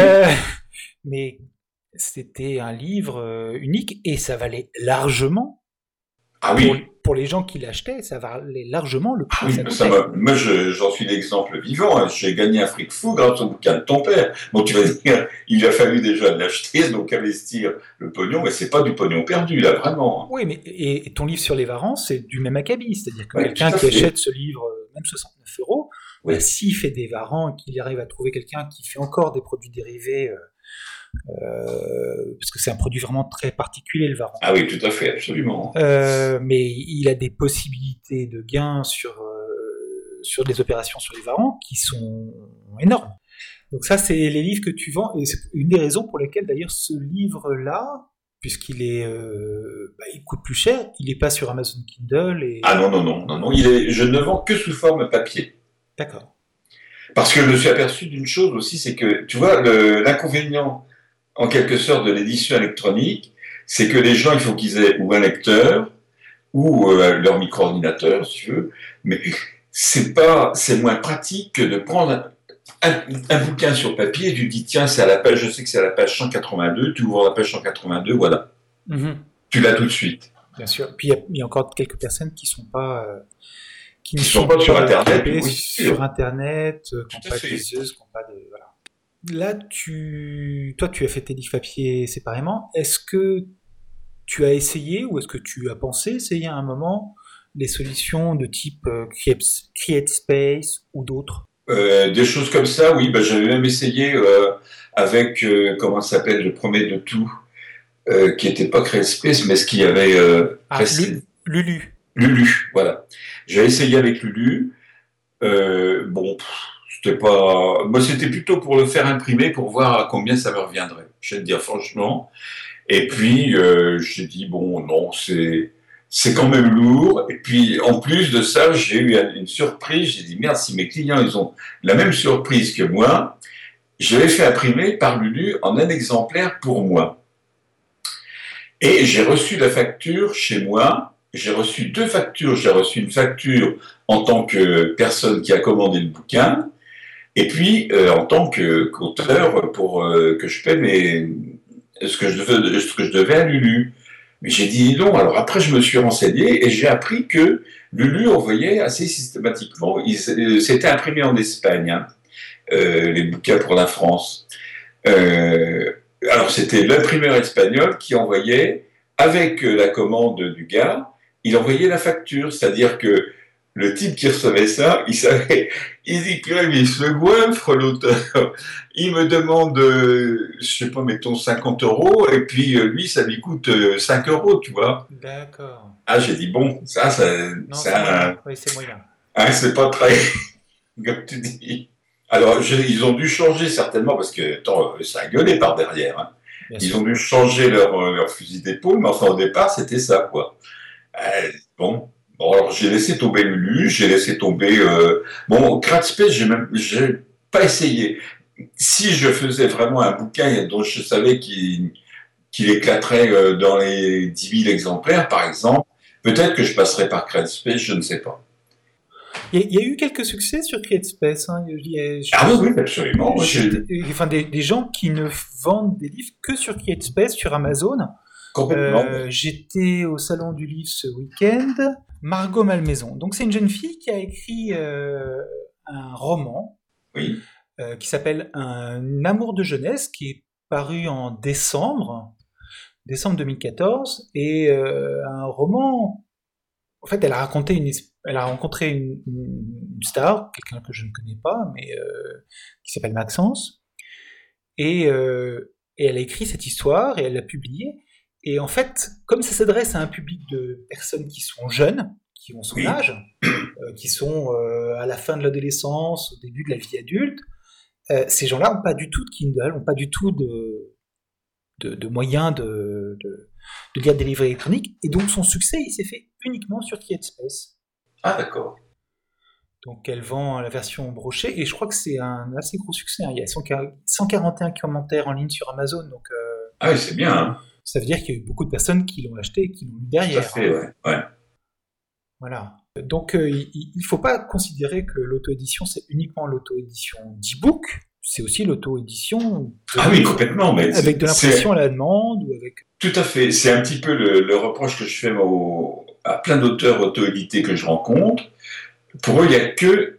Mais c'était un livre unique et ça valait largement... Ah oui. Pour les gens qui l'achetaient, ça valait largement le prix. Ah oui, moi, j'en suis l'exemple vivant. Hein. J'ai gagné un fric fou grâce au bouquin de ton père. Bon, tu vas dire, il a fallu déjà l'acheter, donc investir le pognon, mais c'est pas du pognon perdu, là, vraiment. Oui, mais et ton livre sur les Varans, c'est du même acabit. C'est-à-dire que quelqu'un qui achète ce livre, même 69 euros, s'il fait des Varans et qu'il arrive à trouver quelqu'un qui fait encore des produits dérivés parce que c'est un produit vraiment très particulier, le Varan. Ah oui, tout à fait, absolument. Mais il a des possibilités de gains sur des opérations sur les Varans qui sont énormes. Donc ça, c'est les livres que tu vends, et c'est une des raisons pour lesquelles d'ailleurs ce livre-là, puisqu'il est, il coûte plus cher, il n'est pas sur Amazon Kindle. Ah non, je ne vends que sous forme papier. D'accord. Parce que je me suis aperçu d'une chose aussi, c'est que, tu vois, l'inconvénient, en quelque sorte, de l'édition électronique, c'est que les gens, il faut qu'ils aient ou un lecteur, ou leur micro-ordinateur, si tu veux, mais c'est moins pratique que de prendre un bouquin sur papier et tu dis, tiens, c'est à la page, je sais que c'est à la page 182, tu ouvres la page 182, voilà. Mm-hmm. Tu l'as tout de suite. Bien sûr. Puis il y a encore quelques personnes qui ne sont pas sur Internet, oui, sur Internet, qui n'ont pas de liseuse, qui n'ont pas de... Voilà. Là, toi, tu as fait tes livres papier séparément. Est-ce que tu as essayé, ou est-ce que tu as pensé essayer à un moment les solutions de type CreateSpace ou d'autres? Des choses comme ça, oui. J'avais même essayé avec, comment ça s'appelle, le premier de tout, qui n'était pas CreateSpace, mais ce qu'il y avait... Lulu. Lulu, voilà. J'ai essayé avec Lulu. C'était pas... Moi, c'était plutôt pour le faire imprimer, pour voir à combien ça me reviendrait. Je vais te dire franchement. Et puis, j'ai dit, bon, non, c'est quand même lourd. Et puis, en plus de ça, j'ai eu une surprise. J'ai dit, merde, si mes clients, ils ont la même surprise que moi, je l'ai fait imprimer par Lulu en un exemplaire pour moi. Et j'ai reçu la facture chez moi. J'ai reçu 2 factures. J'ai reçu une facture en tant que personne qui a commandé le bouquin, et puis en tant qu'auteur pour que je paie ce que je devais à Lulu. Mais j'ai dit non. Alors après, je me suis renseigné et j'ai appris que Lulu envoyait assez systématiquement. C'était imprimé en Espagne, hein, les bouquins pour la France. Alors c'était l'imprimeur espagnol qui envoyait, avec la commande du gars, il envoyait la facture. C'est-à-dire que le type qui recevait ça, il savait, il dit que il se goinfre l'auteur. Il me demande, je sais pas, mettons 50 €, et puis lui, ça lui coûte 5 €, tu vois. D'accord. Ah, j'ai dit, bon, ça non, c'est moyen. Hein, c'est pas très, comme tu dis. Alors, ils ont dû changer certainement, parce que, attends, ça a gueulé par derrière. Hein. Ils ont dû changer leur fusil d'épaule, mais enfin, au départ, c'était ça, quoi. Bon, alors j'ai laissé tomber Lulu, j'ai laissé tomber... CreateSpace, j'ai pas essayé. Si je faisais vraiment un bouquin dont je savais qu'il éclaterait dans les 10 000 exemplaires, par exemple, peut-être que je passerais par CreateSpace, je ne sais pas. Il y a eu quelques succès sur CreateSpace. Hein. Ah oui, absolument. Des gens qui ne vendent des livres que sur CreateSpace, sur Amazon. J'étais au Salon du Livre ce week-end. Margot Malmaison. Donc c'est une jeune fille qui a écrit un roman, oui, qui s'appelle Un amour de jeunesse, qui est paru en décembre 2014, et un roman. En fait, elle a rencontré une star, quelqu'un que je ne connais pas, mais qui s'appelle Maxence, et elle a écrit cette histoire et elle l'a publiée. Et en fait, comme ça s'adresse à un public de personnes qui sont jeunes, qui ont son âge, qui sont à la fin de l'adolescence, au début de la vie adulte, ces gens-là n'ont pas du tout de Kindle, n'ont pas du tout de moyens de lire des livres électroniques. Et donc son succès, il s'est fait uniquement sur CreateSpace. Ah, d'accord. Donc elle vend la version brochée, et je crois que c'est un assez gros succès. Hein. Il y a 141 commentaires en ligne sur Amazon. Donc, ah oui, c'est bien, hein. Ça veut dire qu'il y a eu beaucoup de personnes qui l'ont acheté et qui l'ont lu derrière. Tout à fait, ouais. Voilà. Donc, il ne faut pas considérer que l'auto-édition, c'est uniquement l'auto-édition d'e-book, c'est aussi l'auto-édition oui, complètement, mais avec de l'impression à la demande. Ou avec... Tout à fait. C'est un petit peu le reproche que je fais à plein d'auteurs auto-édités que je rencontre. Pour eux, il n'y a que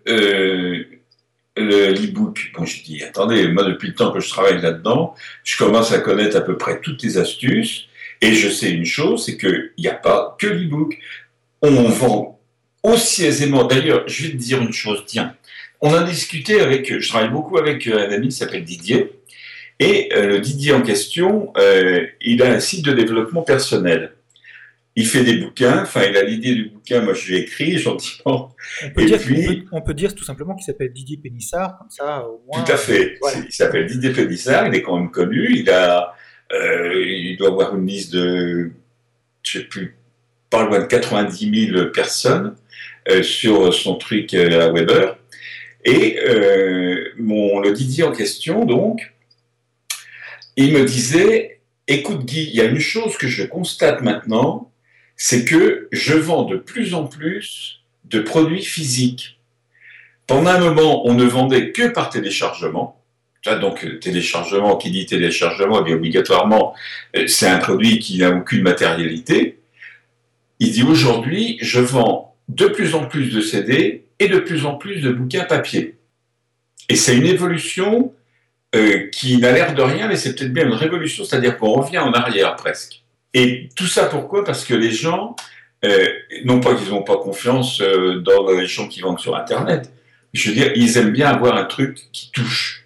l'e-book. Bon, je dis, attendez, moi, depuis le temps que je travaille là-dedans, je commence à connaître à peu près toutes les astuces, et je sais une chose, c'est qu'il n'y a pas que l'e-book. On vend aussi aisément. D'ailleurs, je vais te dire une chose, tiens. On a discuté je travaille beaucoup avec un ami qui s'appelle Didier, Et le Didier en question, il a un site de développement personnel. Il fait des bouquins, enfin il a l'idée du bouquin, moi je l'ai écrit gentiment. On peut dire tout simplement qu'il s'appelle Didier Pénissard, comme ça au moins. Tout à fait. Voilà. Il s'appelle Didier Pénissard, il est quand même connu. Il doit avoir une liste de, je sais plus, pas loin de 90 000 personnes sur son truc à Weber. Et le Didier en question, donc, il me disait, écoute Guy, il y a une chose que je constate maintenant, c'est que je vends de plus en plus de produits physiques. Pendant un moment, on ne vendait que par téléchargement. Donc, téléchargement, qui dit téléchargement, bien obligatoirement, c'est un produit qui n'a aucune matérialité. Il dit, aujourd'hui, je vends de plus en plus de CD et de plus en plus de bouquins papier. Et c'est une évolution qui n'a l'air de rien, mais c'est peut-être bien une révolution, c'est-à-dire qu'on revient en arrière presque. Et tout ça pourquoi ? Parce que les gens, non pas qu'ils n'ont pas confiance dans les gens qui vendent sur Internet, je veux dire, ils aiment bien avoir un truc qui touche.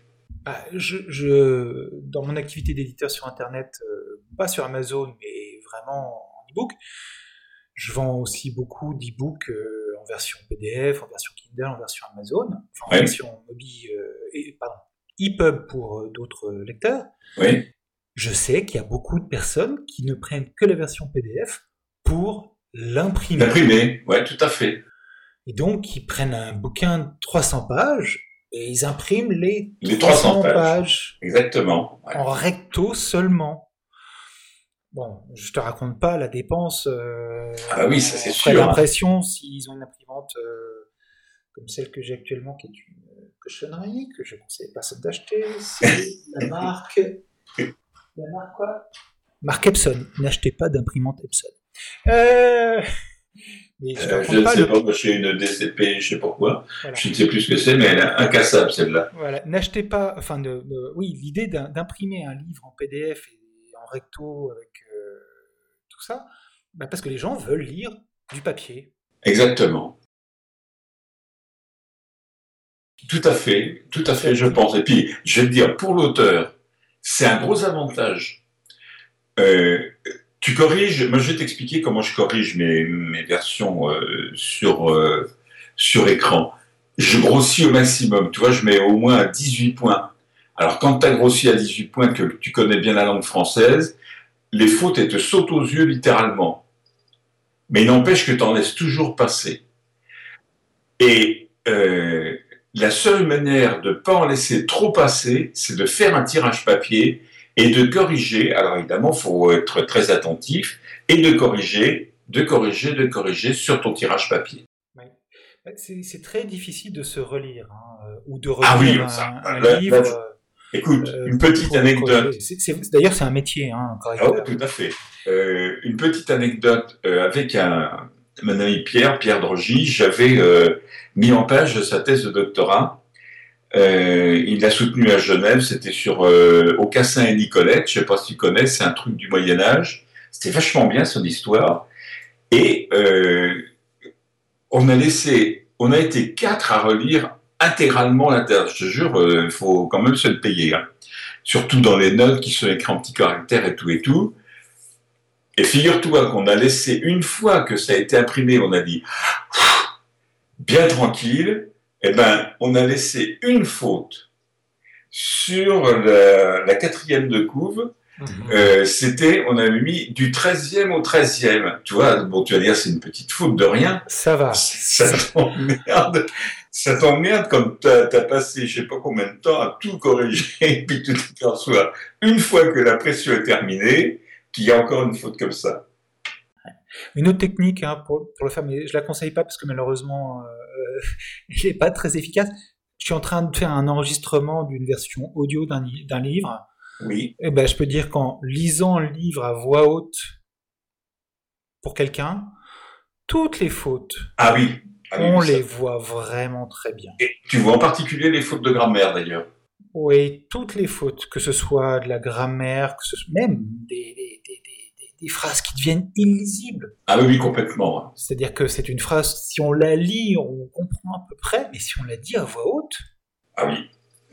Dans mon activité d'éditeur sur Internet, pas sur Amazon, mais vraiment en e-book, je vends aussi beaucoup d'e-books en version PDF, en version Kindle, en version Amazon, enfin en version EPUB pour d'autres lecteurs. Oui. Je sais qu'il y a beaucoup de personnes qui ne prennent que la version PDF pour l'imprimer. L'imprimer, ouais, tout à fait. Et donc, ils prennent un bouquin de 300 pages et ils impriment les 300 pages. Exactement. Ouais. En recto seulement. Bon, je te raconte pas la dépense. Ah bah oui, ça c'est sûr. L'impression s'ils ont une imprimante comme celle que j'ai actuellement, qui est une cochonnerie, que je ne conseille à personne d'acheter. C'est la marque... La marque quoi ? Marque Epson. N'achetez pas d'imprimante Epson. Mais je ne sais pas, moi j'ai une DCP, je sais pourquoi. Voilà. Je ne sais plus ce que c'est, mais elle est incassable celle-là. Voilà, n'achetez pas. Enfin, oui, l'idée d'imprimer un livre en PDF et en recto avec tout ça, parce que les gens veulent lire du papier. Exactement. Tout à fait, je pense. Et puis, je vais te dire, pour l'auteur, c'est un gros avantage. Tu corriges, moi je vais t'expliquer comment je corrige mes versions sur écran. Je grossis au maximum, tu vois, je mets au moins à 18 points. Alors quand tu as grossi à 18 points, que tu connais bien la langue française, les fautes, elles te sautent aux yeux littéralement. Mais il n'empêche que tu en laisses toujours passer. Et la seule manière de ne pas en laisser trop passer, c'est de faire un tirage papier et de corriger. Alors évidemment, il faut être très attentif et de corriger sur ton tirage papier. Ouais. C'est très difficile de se relire ou de relire un livre. Écoute, une petite anecdote. D'ailleurs, c'est un métier. Oh, tout à fait. Une petite anecdote avec mon ami Pierre Drogy, j'avais mis en page sa thèse de doctorat. Il l'a soutenu à Genève, c'était sur Aucassin et Nicolette, je ne sais pas si tu connais, c'est un truc du Moyen-Âge. C'était vachement bien son histoire. Et on a été 4 à relire intégralement la thèse. Je te jure, il faut quand même se le payer. Hein. Surtout dans les notes qui sont écrites en petits caractères et tout. Et figure-toi qu'on a laissé, une fois que ça a été imprimé, on a dit bien tranquille, on a laissé une faute sur la 4e de couve. On avait mis du 13e au 13e. Tu vois, bon, tu vas dire, c'est une petite faute de rien. Ça va. Ça t'emmerde comme t'as passé je sais pas combien de temps à tout corriger et puis tu t'aperçois une fois que la pression est terminée qu'il y a encore une faute comme ça. Une autre technique pour le faire, mais je la conseille pas parce que malheureusement elle n'est pas très efficace. Je suis en train de faire un enregistrement d'une version audio d'un livre. Oui. Et je peux dire qu'en lisant le livre à voix haute pour quelqu'un, toutes les fautes, on les voit vraiment très bien. Et tu vois en particulier les fautes de grammaire d'ailleurs. Oui, toutes les fautes, que ce soit de la grammaire, même des phrases qui deviennent illisibles. Ah oui, complètement. C'est-à-dire que c'est une phrase, si on la lit, on comprend à peu près, mais si on la dit à voix haute... Ah oui.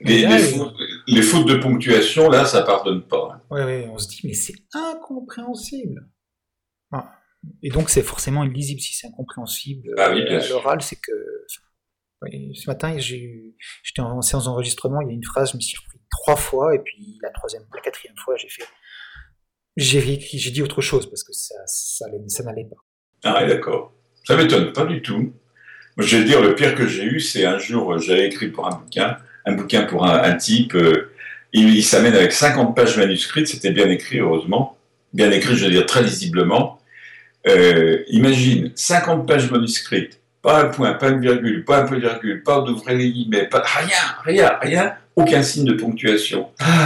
Les, là, les, fautes, les fautes de ponctuation, là, ça pardonne pas. ouais, on se dit, mais c'est incompréhensible. Ah. Et donc, c'est forcément illisible si c'est incompréhensible. Ah oui, bien À sûr. l'oral, c'est que. Oui, ce matin, j'étais en séance d'enregistrement, il y a une phrase, je me suis repris 3 fois, et puis la 4e fois, j'ai réécrit, j'ai dit autre chose, parce que ça n'allait pas. Ah ouais, d'accord. Ça m'étonne pas du tout. Moi, je vais dire, le pire que j'ai eu, c'est un jour, j'avais écrit pour un bouquin pour un type, il s'amène avec 50 pages manuscrites, c'était bien écrit, heureusement. Bien écrit, je veux dire, très lisiblement. Imagine, 50 pages manuscrites, pas un point, pas une virgule, pas un peu de virgule, pas d'ouvrir les guillemets, pas, rien, aucun signe de ponctuation.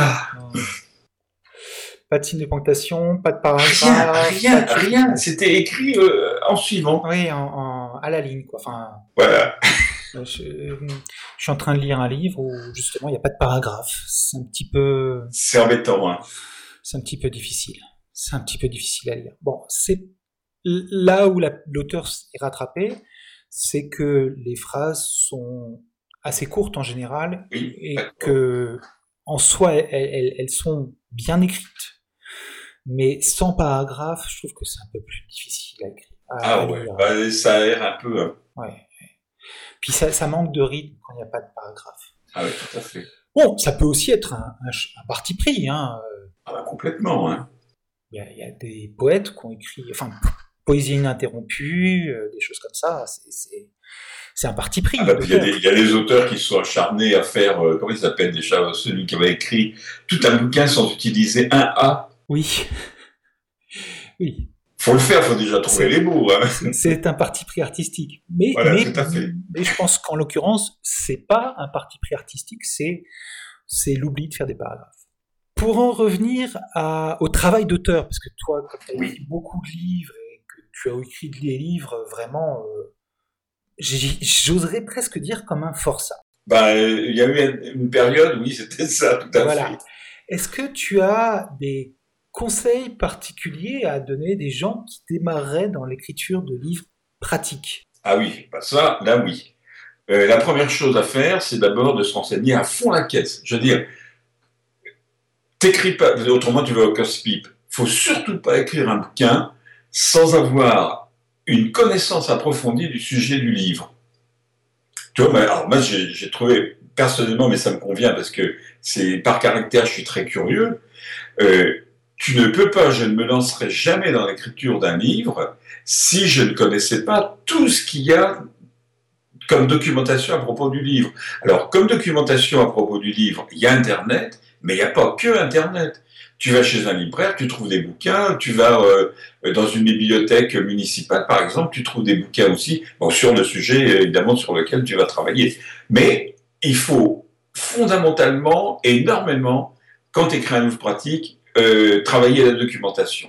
Pas de signe de ponctuation, pas de paragraphe. Rien. C'était écrit en suivant. Oui, à la ligne, quoi. Enfin, voilà. Je suis en train de lire un livre où justement il n'y a pas de paragraphe. C'est un petit peu. C'est embêtant, hein. C'est un petit peu difficile. C'est un petit peu difficile à lire. Bon, c'est là où l'auteur est rattrapé, c'est que les phrases sont assez courtes en général, oui, et que en soi elles sont bien écrites, mais sans paragraphe, je trouve que c'est un peu plus difficile à écrire. À lire. Ça aère un peu. Hein. Ouais. Puis ça manque de rythme quand il n'y a pas de paragraphe. Ah oui, tout à fait. Bon, ça peut aussi être un parti pris. Hein. Complètement. Hein. Il y a des poètes qui ont écrit, poésie ininterrompue, des choses comme ça. C'est un parti pris. Il y a des auteurs qui se sont acharnés à faire, comment ils s'appellent déjà, celui qui avait écrit tout un bouquin sans utiliser un A. Oui. Oui. Faut le faire, faut déjà trouver les mots. Hein. C'est un parti pris artistique. Mais tout à fait. Mais je pense qu'en l'occurrence, c'est pas un parti pris artistique, c'est l'oubli de faire des paragraphes. Pour en revenir au travail d'auteur, parce que toi, comme tu as écrit beaucoup de livres et que tu as écrit des livres vraiment, j'oserais presque dire comme un forçat. Il y a eu une période, oui, c'était ça, tout à fait. Est-ce que tu as des conseils particuliers à donner des gens qui démarreraient dans l'écriture de livres pratiques? Ah oui, ça, là oui. La première chose à faire, c'est d'abord de se renseigner à fond la caisse. Je veux dire, t'écris pas, autrement tu vas au casse-pipe. Faut surtout pas écrire un bouquin sans avoir une connaissance approfondie du sujet du livre. Tu vois, alors moi j'ai trouvé personnellement, mais ça me convient parce que c'est par caractère, je suis très curieux. Tu ne peux pas, je ne me lancerai jamais dans l'écriture d'un livre si je ne connaissais pas tout ce qu'il y a comme documentation à propos du livre. Alors, comme documentation à propos du livre, il y a Internet, mais il n'y a pas que Internet. Tu vas chez un libraire, tu trouves des bouquins, tu vas dans une bibliothèque municipale, par exemple, tu trouves des bouquins aussi, sur le sujet, évidemment, sur lequel tu vas travailler. Mais il faut fondamentalement, énormément, quand tu écris un livre pratique, travailler la documentation.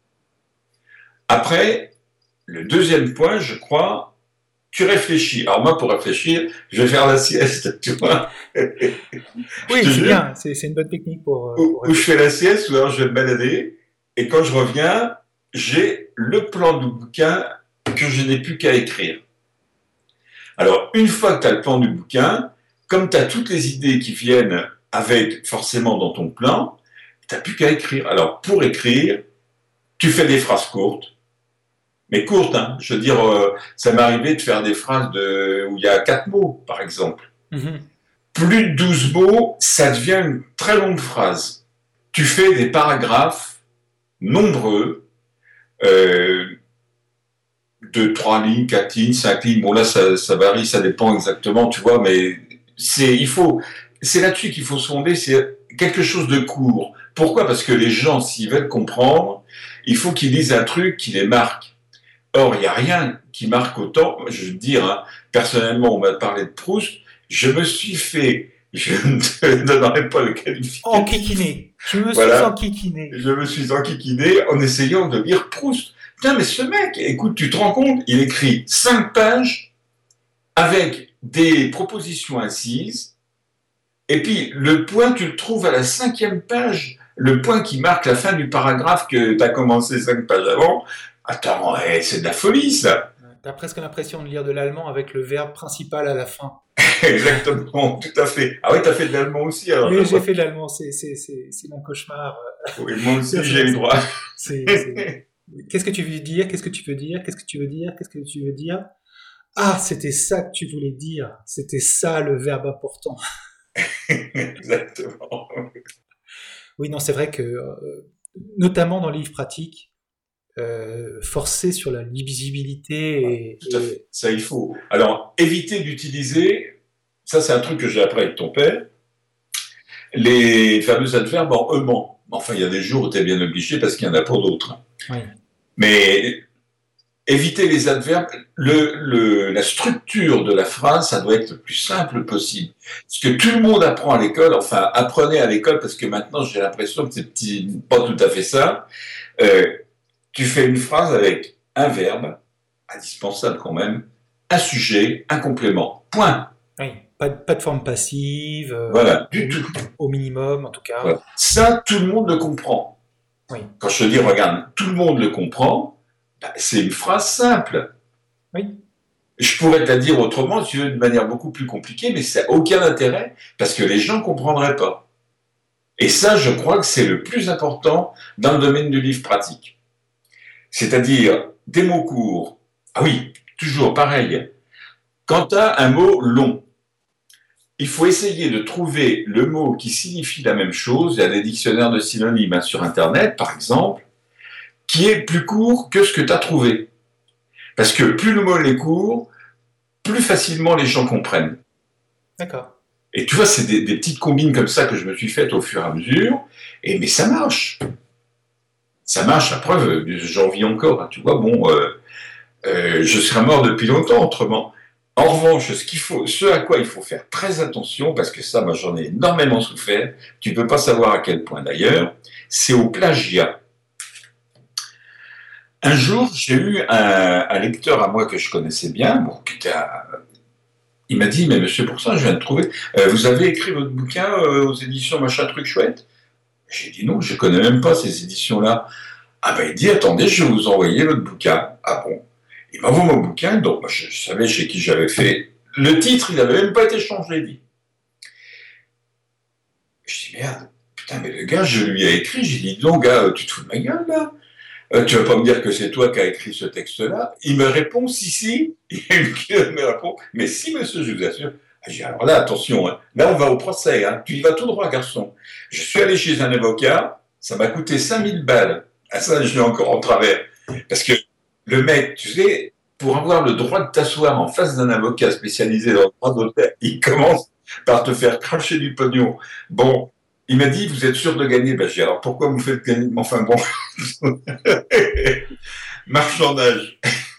Après, le deuxième point, je crois, tu réfléchis. Alors moi, pour réfléchir, je vais faire la sieste, tu vois. Oui, c'est bien, c'est une bonne technique pour où je fais la sieste, ou alors je vais me balader, et quand je reviens, j'ai le plan du bouquin que je n'ai plus qu'à écrire. Alors, une fois que tu as le plan du bouquin, comme tu as toutes les idées qui viennent avec, forcément, dans ton plan, tu n'as plus qu'à écrire. Alors, pour écrire, tu fais des phrases courtes, mais courtes, hein. Je veux dire, ça m'est arrivé de faire des phrases où il y a 4 mots, par exemple. Mm-hmm. Plus de 12 mots, ça devient une très longue phrase. Tu fais des paragraphes nombreux, de 3 lignes, 4 lignes, 5 lignes. Bon, là, ça varie, ça dépend exactement, tu vois, mais c'est là-dessus qu'il faut se fonder, c'est quelque chose de court. Pourquoi ? Parce que les gens, s'ils veulent comprendre, il faut qu'ils lisent un truc qui les marque. Or, il n'y a rien qui marque autant. Je veux dire, hein, personnellement, on m'a parlé de Proust, je me suis fait, je ne te donnerai pas le qualificatif. Enquiquiné. Je me suis enquiquiné en essayant de lire Proust. Putain, mais ce mec, écoute, tu te rends compte, il écrit 5 pages avec des propositions incises, et puis le point, tu le trouves à la 5e page, le point qui marque la fin du paragraphe que tu as commencé 5 pages avant. Attends, c'est de la folie, ça. T'as presque l'impression de lire de l'allemand avec le verbe principal à la fin. Exactement, tout à fait. Ah oui, t'as fait de l'allemand aussi, alors. Oui, j'ai fait de l'allemand, c'est mon cauchemar. Oui, moi aussi, j'ai eu droit. C'est... Qu'est-ce que tu veux dire? Qu'est-ce que tu veux dire? Qu'est-ce que tu veux dire? Qu'est-ce que tu veux dire? Ah, c'était ça que tu voulais dire. C'était ça le verbe important. Exactement. Oui, non, c'est vrai que, notamment dans les livres pratiques, forcer sur la lisibilité Tout à fait. Ça, il faut. Alors, éviter d'utiliser, ça, c'est un truc que j'ai appris avec ton père, les fameux adverbes en aimant. Enfin, il y a des jours où tu es bien obligé parce qu'il y en a pour d'autres. Oui. Mais éviter les adverbes, la structure de la phrase, ça doit être le plus simple possible. Ce que tout le monde apprend à l'école, enfin, apprenez à l'école, parce que maintenant, j'ai l'impression que c'est pas tout à fait ça. Tu fais une phrase avec un verbe, indispensable quand même, un sujet, un complément. Point. Oui, pas de forme passive, Voilà, du tout. Au minimum en tout cas. Voilà. Ça, tout le monde le comprend. Oui. Quand je te dis, regarde, tout le monde le comprend, bah, c'est une phrase simple. Oui. Je pourrais te la dire autrement, si tu veux, de manière beaucoup plus compliquée, mais ça n'a aucun intérêt, parce que les gens ne comprendraient pas. Et ça, je crois que c'est le plus important dans le domaine du livre pratique. C'est-à-dire, des mots courts. Ah oui, toujours pareil. Quand tu as un mot long, il faut essayer de trouver le mot qui signifie la même chose. Il y a des dictionnaires de synonymes sur Internet, par exemple, qui est plus court que ce que tu as trouvé. Parce que plus le mot est court, plus facilement les gens comprennent. D'accord. Et tu vois, c'est des petites combines comme ça que je me suis faites au fur et à mesure, mais ça marche. Ça marche, la preuve, j'en vis encore. Hein, tu vois, bon, je serais mort depuis longtemps autrement. En revanche, ce à quoi il faut faire très attention, parce que ça, moi, j'en ai énormément souffert, tu ne peux pas savoir à quel point d'ailleurs, c'est au plagiat. Un jour, j'ai eu un lecteur à moi que je connaissais bien, bon, il m'a dit, mais monsieur Pourcin, je viens de trouver, vous avez écrit votre bouquin aux éditions machin truc chouette? J'ai dit non, je connais même pas ces éditions-là. Ah ben il dit, attendez, je vais vous envoyer votre bouquin. Ah bon? Il m'envoie mon bouquin, donc moi, je savais chez qui j'avais fait. Le titre, il n'avait même pas été changé, dit. Je dis, merde, putain, mais le gars, je lui ai écrit, j'ai dit, non, gars, tu te fous de ma gueule, là? Tu vas pas me dire que c'est toi qui as écrit ce texte-là? Il me répond, si. Il me répond, mais si, monsieur, je vous assure. Je dis, alors là, attention, hein. Là, on va au procès, hein. Tu y vas tout droit, garçon. Je suis allé chez un avocat, ça m'a coûté 5000 balles. Ah, ça, je l'ai encore en travers. Parce que le mec, tu sais, pour avoir le droit de t'asseoir en face d'un avocat spécialisé dans le droit d'auteur, il commence par te faire cracher du pognon. Bon, il m'a dit, vous êtes sûr de gagner? Ben, j'ai dit, alors pourquoi vous faites gagner? Enfin bon, marchandage.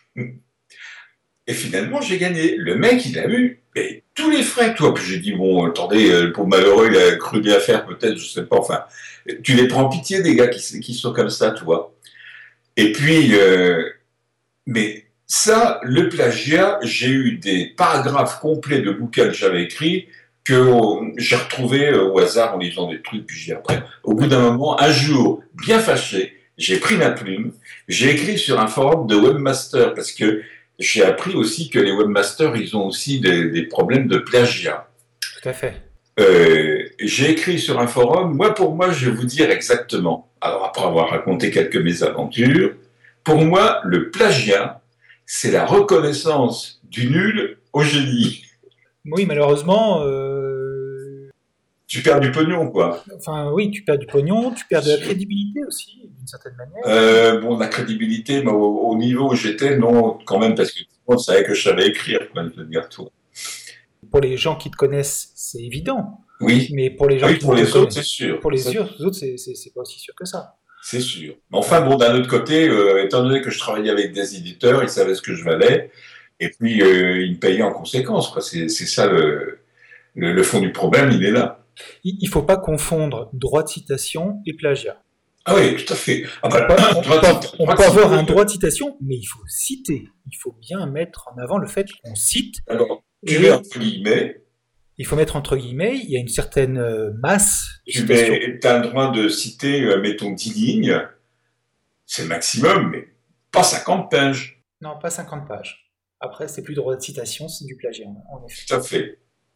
Et finalement, j'ai gagné. Le mec, il a eu tous les frais, toi. Puis j'ai dit, bon, attendez, pour malheureux, il a cru bien faire, peut-être, je sais pas. Enfin, tu les prends pitié des gars qui sont comme ça, tu vois. Et puis, mais ça, le plagiat, j'ai eu des paragraphes complets de bouquins que j'avais écrits que j'ai retrouvés au hasard en lisant des trucs. Puis j'ai après, au bout d'un moment, un jour, bien fâché, j'ai pris ma plume, j'ai écrit sur un forum de webmaster parce que j'ai appris aussi que les webmasters, ils ont aussi des problèmes de plagiat. Tout à fait. J'ai écrit sur un forum, pour moi, je vais vous dire exactement. Alors, après avoir raconté quelques mésaventures, pour moi, le plagiat, c'est la reconnaissance du nul au génie. Oui, malheureusement. Tu perds du pognon, quoi. Enfin, oui, tu perds du pognon, tu perds de la crédibilité aussi, d'une certaine manière. Bon, la crédibilité, mais au niveau où j'étais, non, quand même, parce que tout le monde savait que je savais écrire, quand même, je veux dire tout. Pour les gens qui te connaissent, c'est évident. Oui. Mais pour les gens qui pour les autres, c'est sûr. Pour les autres, c'est pas aussi sûr que ça. C'est sûr. Mais enfin, bon, d'un autre côté, étant donné que je travaillais avec des éditeurs, ils savaient ce que je valais, et puis ils me payaient en conséquence, quoi. C'est ça le fond du problème, il est là. Il ne faut pas confondre droit de citation et plagiat. Ah oui, tout à fait. Ah bah, on peut avoir un droit de citation, mais il faut citer. Il faut bien mettre en avant le fait qu'on cite. Alors, tu mets entre guillemets. Il faut mettre entre guillemets, il y a une certaine masse de citations. Tu as le droit de citer, mettons, 10 lignes. C'est le maximum, mais pas 50 pages. Non, pas 50 pages. Après, c'est plus droit de citation, c'est du plagiat, en effet. Tout à fait.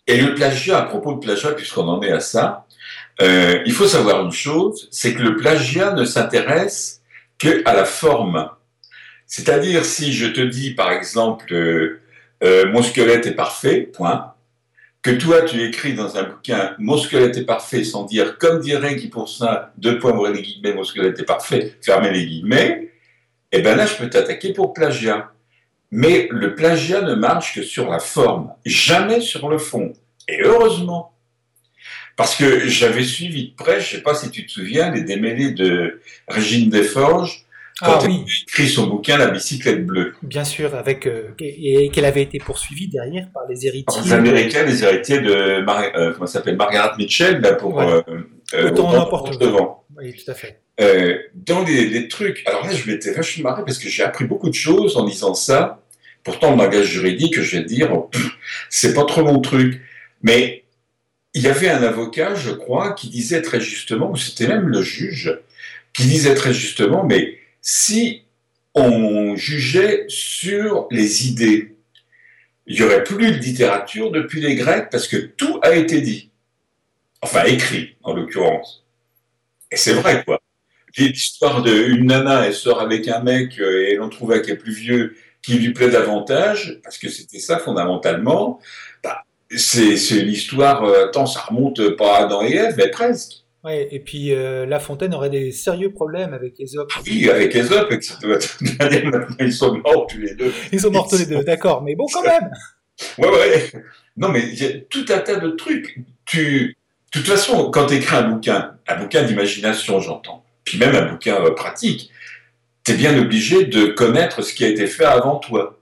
Et le plagiat, à propos de plagiat, puisqu'on en est à ça, il faut savoir une chose, c'est que le plagiat ne s'intéresse qu'à la forme. C'est-à-dire, si je te dis, par exemple, mon squelette est parfait, point, que toi, tu écris dans un bouquin, mon squelette est parfait, sans dire, comme dirait Guy Pourcin, deux points, ouvrez les guillemets, mon squelette est parfait, fermez les guillemets, et ben là, je peux t'attaquer pour plagiat. Mais le plagiat ne marche que sur la forme, jamais sur le fond. Et heureusement. Parce que j'avais suivi de près, je ne sais pas si tu te souviens, les démêlés de Régine Desforges, quand elle a écrit son bouquin La bicyclette bleue. Bien sûr, et qu'elle avait été poursuivie derrière par les héritiers. Les Américains, les héritiers de comment ça s'appelle, Margaret Mitchell, là, pour Autant n'importe devant. Oui, tout à fait. Dans les trucs, alors là, je m'étais vachement marré parce que j'ai appris beaucoup de choses en lisant ça. Pourtant, le langage juridique, je vais te dire, c'est pas trop mon truc. Mais il y avait un avocat, je crois, qui disait très justement, ou c'était même le juge, qui disait très justement, mais si on jugeait sur les idées, il n'y aurait plus de littérature depuis les Grecs parce que tout a été dit. Enfin, écrit, en l'occurrence. Et c'est vrai, quoi. L'histoire d'une nana, elle sort avec un mec et l'on trouve qu'elle est plus vieux, qui lui plaît davantage, parce que c'était ça fondamentalement, bah, c'est l'histoire, attends, ça remonte pas à Adam et Ève, mais presque. Ouais, et puis La Fontaine aurait des sérieux problèmes avec Ésope. Oui, avec Ésope, maintenant ils sont morts tous les deux. Ils sont morts tous les deux, d'accord, mais bon, quand même. Ouais. Non, mais il y a tout un tas de trucs. De toute façon, quand tu écris un bouquin d'imagination, j'entends, puis même un bouquin pratique, tu es bien obligé de connaître ce qui a été fait avant toi.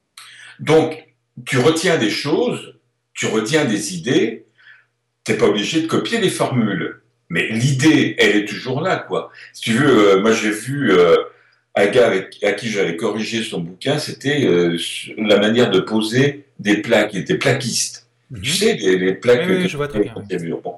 Donc, tu retiens des choses, tu retiens des idées, tu n'es pas obligé de copier les formules. Mais l'idée, elle est toujours là, quoi. Si tu veux, moi j'ai vu un gars à qui j'avais corrigé son bouquin, c'était la manière de poser des plaques. Il était plaquiste. Mm-hmm. Tu sais, les plaques... Oui, je vois très bien. Bon.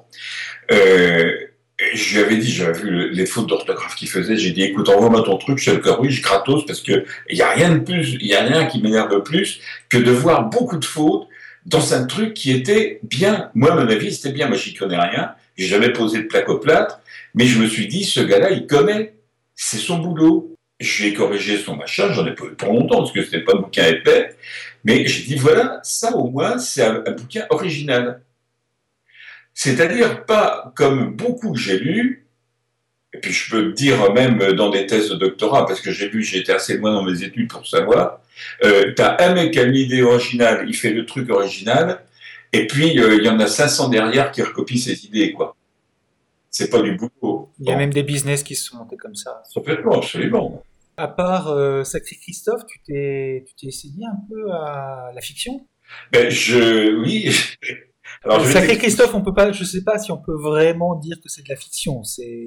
Je lui avais dit, j'avais vu les fautes d'orthographe qu'il faisait, j'ai dit, écoute, envoie-moi ton truc, je le corrige gratos, parce que il y a rien de plus, il y a rien qui m'énerve plus que de voir beaucoup de fautes dans un truc qui était bien. Moi, à mon avis, c'était bien. Moi, j'y connais rien. J'ai jamais posé de plaque au plâtre, mais je me suis dit, ce gars-là, il connaît. C'est son boulot. J'ai corrigé son machin, j'en ai pas eu pour longtemps, parce que c'était pas un bouquin épais, mais j'ai dit, voilà, ça au moins, c'est un bouquin original. C'est-à-dire pas comme beaucoup que j'ai lu, et puis je peux te dire même dans des thèses de doctorat, parce que j'ai été assez loin dans mes études pour savoir, t'as un mec qui a une idée originale, il fait le truc original, et puis il y en a 500 derrière qui recopient ses idées, quoi. C'est pas du boulot. Il y a même des business qui se sont montés comme ça. Complètement, absolument. À part Sacré Christophe, tu t'es essayé un peu à la fiction ? Ben, oui. Alors, Sacré Christophe, on peut pas, je sais pas si on peut vraiment dire que c'est de la fiction.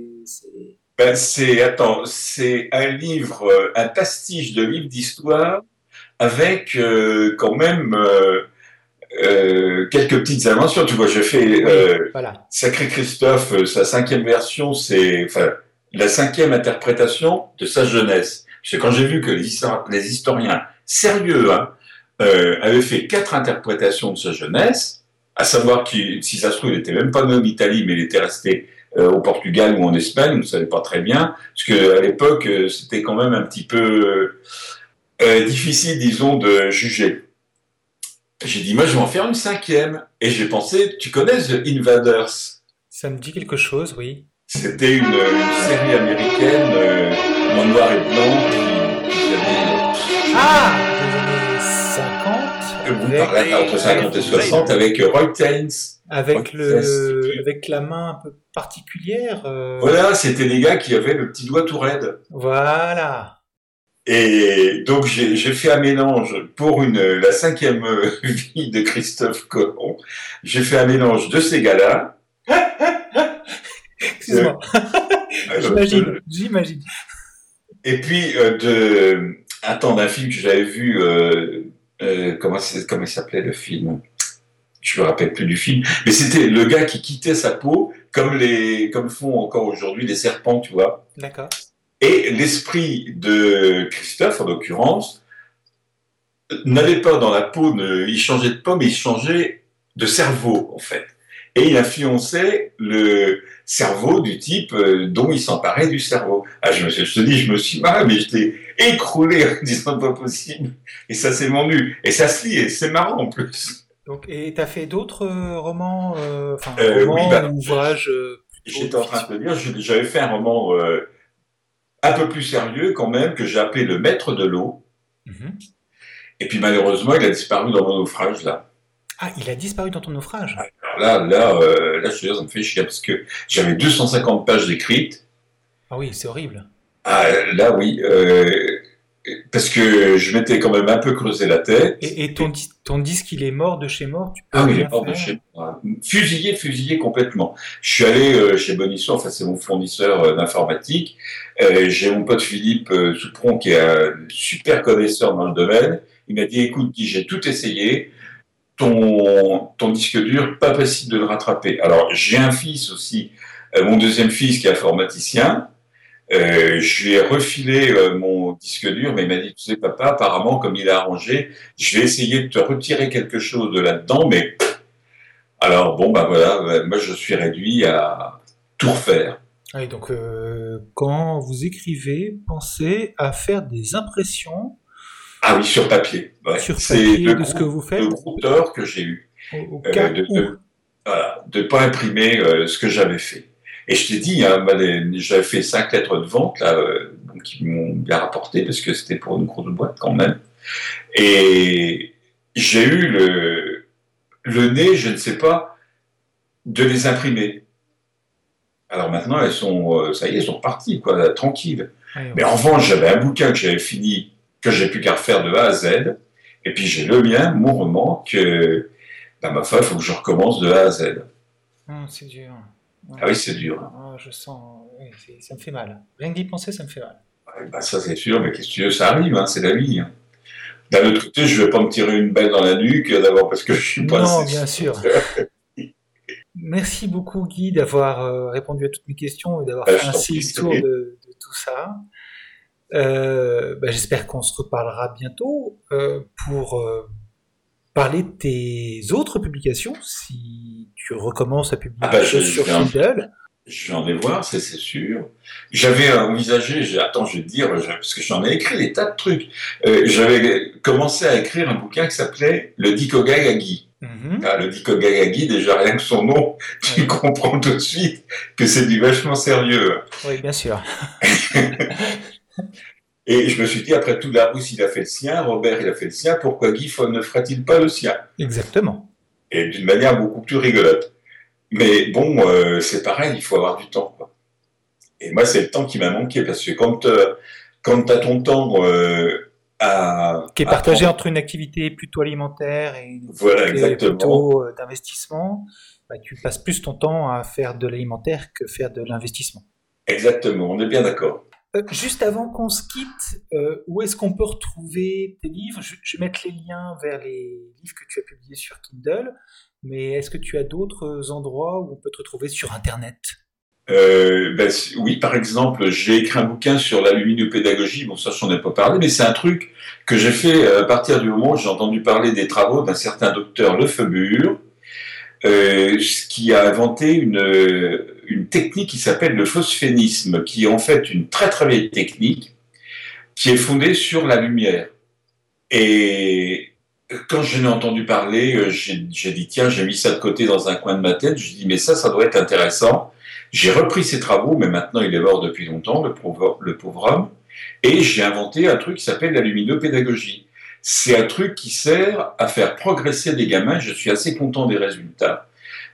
C'est un livre, un pastiche de livre d'histoire avec quand même quelques petites inventions. Tu vois, j'ai fait voilà. Sacré Christophe, sa 5e version, c'est la 5e interprétation de sa jeunesse. Parce que quand j'ai vu que les historiens sérieux avaient fait 4 interprétations de sa jeunesse, à savoir que, si ça se trouve, il n'était même pas né en Italie, mais il était resté au Portugal ou en Espagne, on ne savait pas très bien, parce qu'à l'époque, c'était quand même un petit peu difficile, disons, de juger. J'ai dit, moi, je vais en faire une 5e. Et j'ai pensé, tu connais The Invaders ? Ça me dit quelque chose, oui. C'était une série américaine en noir et blanc qui avait... des années 50 entre 50 et 60 avec Roy Thames. Avec la main un peu particulière. Voilà, c'était des gars qui avaient le petit doigt tout raide. Voilà. Et donc j'ai fait un mélange pour la 5e vie de Christophe Colomb. J'ai fait un mélange de ces gars-là. Excuse-moi. J'imagine. Et puis d'un film que j'avais vu. Comment il s'appelait le film ? Je me rappelle plus du film, mais c'était le gars qui quittait sa peau comme font encore aujourd'hui les serpents, tu vois. D'accord. Et l'esprit de Christophe, en l'occurrence, n'allait pas dans la peau, il changeait de peau, mais il changeait de cerveau, en fait. Et il influençait le cerveau du type dont il s'emparait du cerveau. Ah, je te dis, je me suis marré, mais j'étais écroulé en disant pas possible. Et ça s'est vendu. Et ça se lit, et c'est marrant en plus. Donc, et t'as fait d'autres romans, Oui, romans ou ouvrages plutôt j'étais de en train fiction? de te dire, j'avais fait un roman un peu plus sérieux quand même, que j'ai appelé Le Maître de l'eau. Mhm. Et puis malheureusement, il a disparu dans mon naufrage, là. Ah, il a disparu dans ton naufrage. Alors là, je te dis, ça me fait chier parce que j'avais 250 pages d'écrites. Ah oui, c'est horrible. Ah, là, oui, parce que je m'étais quand même un peu creusé la tête. Et ton disque, il est mort de chez mort, tu peux Ah oui, il rien est mort de faire. chez moi. Fusillé complètement. Je suis allé chez Bonisson, enfin c'est mon fournisseur d'informatique. J'ai mon pote Philippe Soupron qui est un super connaisseur dans le domaine. Il m'a dit, écoute, Guy, j'ai tout essayé. Ton disque dur, pas possible de le rattraper. Alors j'ai un fils aussi, mon deuxième fils qui est informaticien. Je lui ai refilé mon disque dur, mais il m'a dit, tu sais papa, apparemment comme il a arrangé, je vais essayer de te retirer quelque chose de là-dedans, mais alors bon, bah voilà, moi je suis réduit à tout refaire. Ah oui, donc quand vous écrivez, pensez à faire des impressions Ah oui, sur papier. Ouais. sur C'est papier de ce que vous le faites, gros tort que j'ai eu, au euh, cas de, où. de, voilà, de pas imprimer ce que j'avais fait. Et je t'ai dit, hein, j'avais fait 5 lettres de vente là, donc, qui m'ont bien rapporté parce que c'était pour une grosse boîte quand même. Et j'ai eu le nez, je ne sais pas, de les imprimer. Alors maintenant, elles sont, ça y est, elles sont parties, quoi, tranquilles. Ouais, Mais en revanche, j'avais un bouquin que j'avais fini, que j'ai plus qu'à refaire de A à Z. Et puis j'ai le mien, mon roman, que, bah, ma foi, il faut que je recommence de A à Z. c'est dur. Ouais. Ah oui, c'est dur, hein. Ah, je sens, oui, ça me fait mal. Rien que d'y penser, ça me fait mal. Ouais, bah, ça c'est sûr, mais qu'est-ce que tu veux, ça arrive, hein, c'est la vie, hein. D'un autre côté, je vais pas me tirer une balle dans la nuque, d'abord parce que je suis pas Non, assez bien sûr. sûr. Merci beaucoup Guy d'avoir répondu à toutes mes questions et d'avoir Bah, fait je t'en ainsi prie, le tour de tout ça. J'espère qu'on se reparlera bientôt pour parler de tes autres publications, si tu recommences à ah publier des bah, choses sur Kindle. je vais en voir, c'est sûr. J'avais envisagé, attends, je vais te dire, parce que j'en ai écrit des tas de trucs. J'avais commencé à écrire un bouquin qui s'appelait Le Dikogagagi. Mhm. Ah, le Dikogagagi, déjà rien que son nom, tu Oui. comprends tout de suite que c'est du vachement sérieux. Oui, bien sûr. Et je me suis dit, après tout, Larousse, il a fait le sien, Robert, il a fait le sien, pourquoi Guy ne ferait-il pas le sien? Exactement. Et d'une manière beaucoup plus rigolote. Mais bon, c'est pareil, il faut avoir du temps, quoi. Et moi, c'est le temps qui m'a manqué, parce que quand tu as ton temps Qui est à partagé prendre, entre une activité plutôt alimentaire et une voilà, activité exactement, plutôt d'investissement, tu passes plus ton temps à faire de l'alimentaire que faire de l'investissement. exactement, on est bien d'accord. Juste avant qu'on se quitte, où est-ce qu'on peut retrouver tes livres? Je vais mettre les liens vers les livres que tu as publiés sur Kindle, mais est-ce que tu as d'autres endroits où on peut te retrouver sur Internet? Oui, par exemple, j'ai écrit un bouquin sur la luminopédagogie. Bon, ça, j'en ai pas parlé, mais c'est un truc que j'ai fait à partir du moment où j'ai entendu parler des travaux d'un certain docteur Lefebvre, qui a inventé une technique qui s'appelle le phosphénisme, qui est en fait une très très vieille technique qui est fondée sur la lumière. Et quand je l'ai entendu parler, j'ai dit tiens, j'ai mis ça de côté dans un coin de ma tête. Je dis mais ça doit être intéressant. J'ai repris ses travaux, mais maintenant il est mort depuis longtemps, le pauvre homme, et j'ai inventé un truc qui s'appelle la luminopédagogie. C'est un truc qui sert à faire progresser des gamins. Je suis assez content des résultats.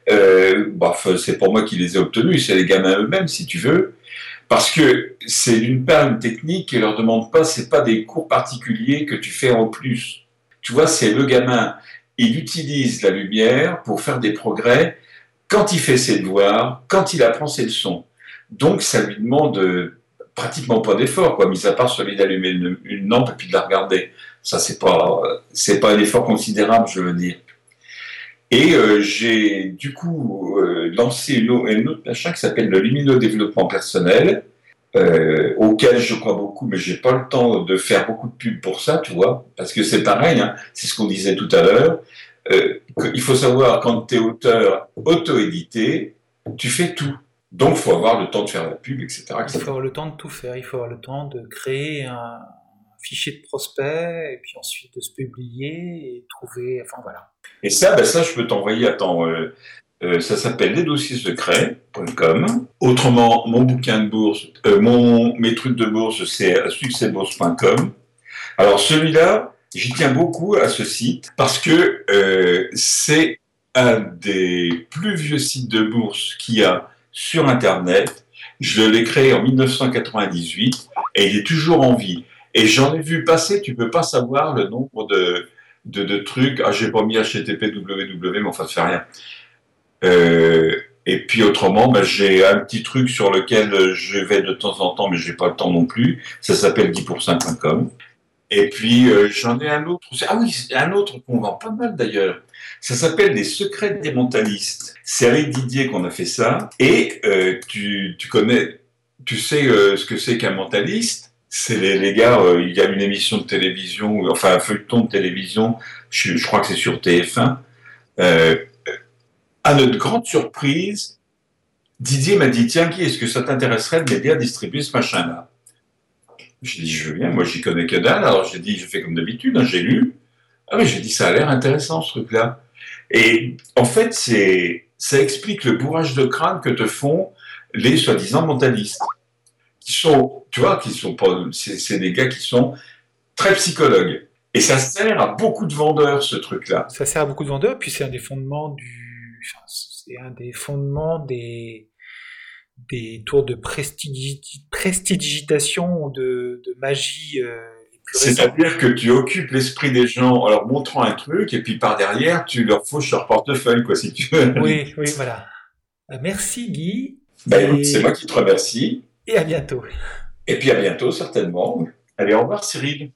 C'est pour moi qui les ai obtenus, c'est les gamins eux-mêmes, si tu veux, parce que c'est d'une part une technique qui leur demande pas, c'est pas des cours particuliers que tu fais en plus. Tu vois, c'est le gamin, il utilise la lumière pour faire des progrès quand il fait ses devoirs, quand il apprend ses leçons. Donc, ça lui demande pratiquement pas d'effort, quoi, mis à part celui d'allumer une lampe et puis de la regarder. Ça, c'est pas un effort considérable, je veux dire. Et j'ai du coup lancé une autre machin qui s'appelle le luminodéveloppement personnel, auquel je crois beaucoup, mais j'ai pas le temps de faire beaucoup de pub pour ça, tu vois, parce que c'est pareil, hein, c'est ce qu'on disait tout à l'heure. il faut savoir, quand tu es auteur auto-édité, tu fais tout. Donc, il faut avoir le temps de faire la pub, etc., Il faut etc. avoir le temps de tout faire. Il faut avoir le temps de créer un fichier de prospect et puis ensuite de se publier et trouver. Enfin voilà. Et ça, ben ça, je peux t'envoyer. Attends, ça s'appelle lesdossierssecrets.com. Autrement, mon bouquin de bourse, mes trucs de bourse, c'est succèsbourse.com. Alors celui-là, j'y tiens beaucoup à ce site parce que c'est un des plus vieux sites de bourse qu'il y a sur Internet. Je l'ai créé en 1998 et il est toujours en vie. Et j'en ai vu passer, tu peux pas savoir le nombre de trucs. Ah, j'ai pas mis HTTP www, mais enfin, ça fait rien. Et puis autrement, ben, j'ai un petit truc sur lequel je vais de temps en temps, mais j'ai pas le temps non plus. Ça s'appelle 10%.com. Et puis j'en ai un autre. Ah oui, un autre qu'on vend pas mal d'ailleurs. Ça s'appelle Les Secrets des Mentalistes. C'est avec Didier qu'on a fait ça. Et tu connais, tu sais ce que c'est qu'un mentaliste. C'est les gars, il y a une émission de télévision, enfin un feuilleton de télévision, je crois que c'est sur TF1. Euh, à notre grande surprise, Didier m'a dit, tiens Guy, est-ce que ça t'intéresserait de m'aider à distribuer ce machin-là? J'ai dit, je veux bien, moi j'y connais que dalle, alors j'ai dit, je fais comme d'habitude, hein, j'ai lu. Ah mais j'ai dit, ça a l'air intéressant ce truc-là. Et en fait, ça explique le bourrage de crâne que te font les soi-disant mentalistes. Qui sont, tu vois, qui sont pas, c'est des gars qui sont très psychologues. Et ça sert à beaucoup de vendeurs, ce truc-là. Ça sert à beaucoup de vendeurs. Puis c'est un des fondements enfin, c'est un des fondements des tours de prestidigitation ou de magie les plus récentes. C'est-à-dire que tu occupes l'esprit des gens en leur montrant un truc, et puis par derrière, tu leur fauches leur portefeuille, quoi, si tu veux. Oui, oui, voilà. Merci Guy Bah écoute, c'est moi qui te remercie. et à bientôt. Et puis à bientôt, certainement. Allez, au revoir Cyril.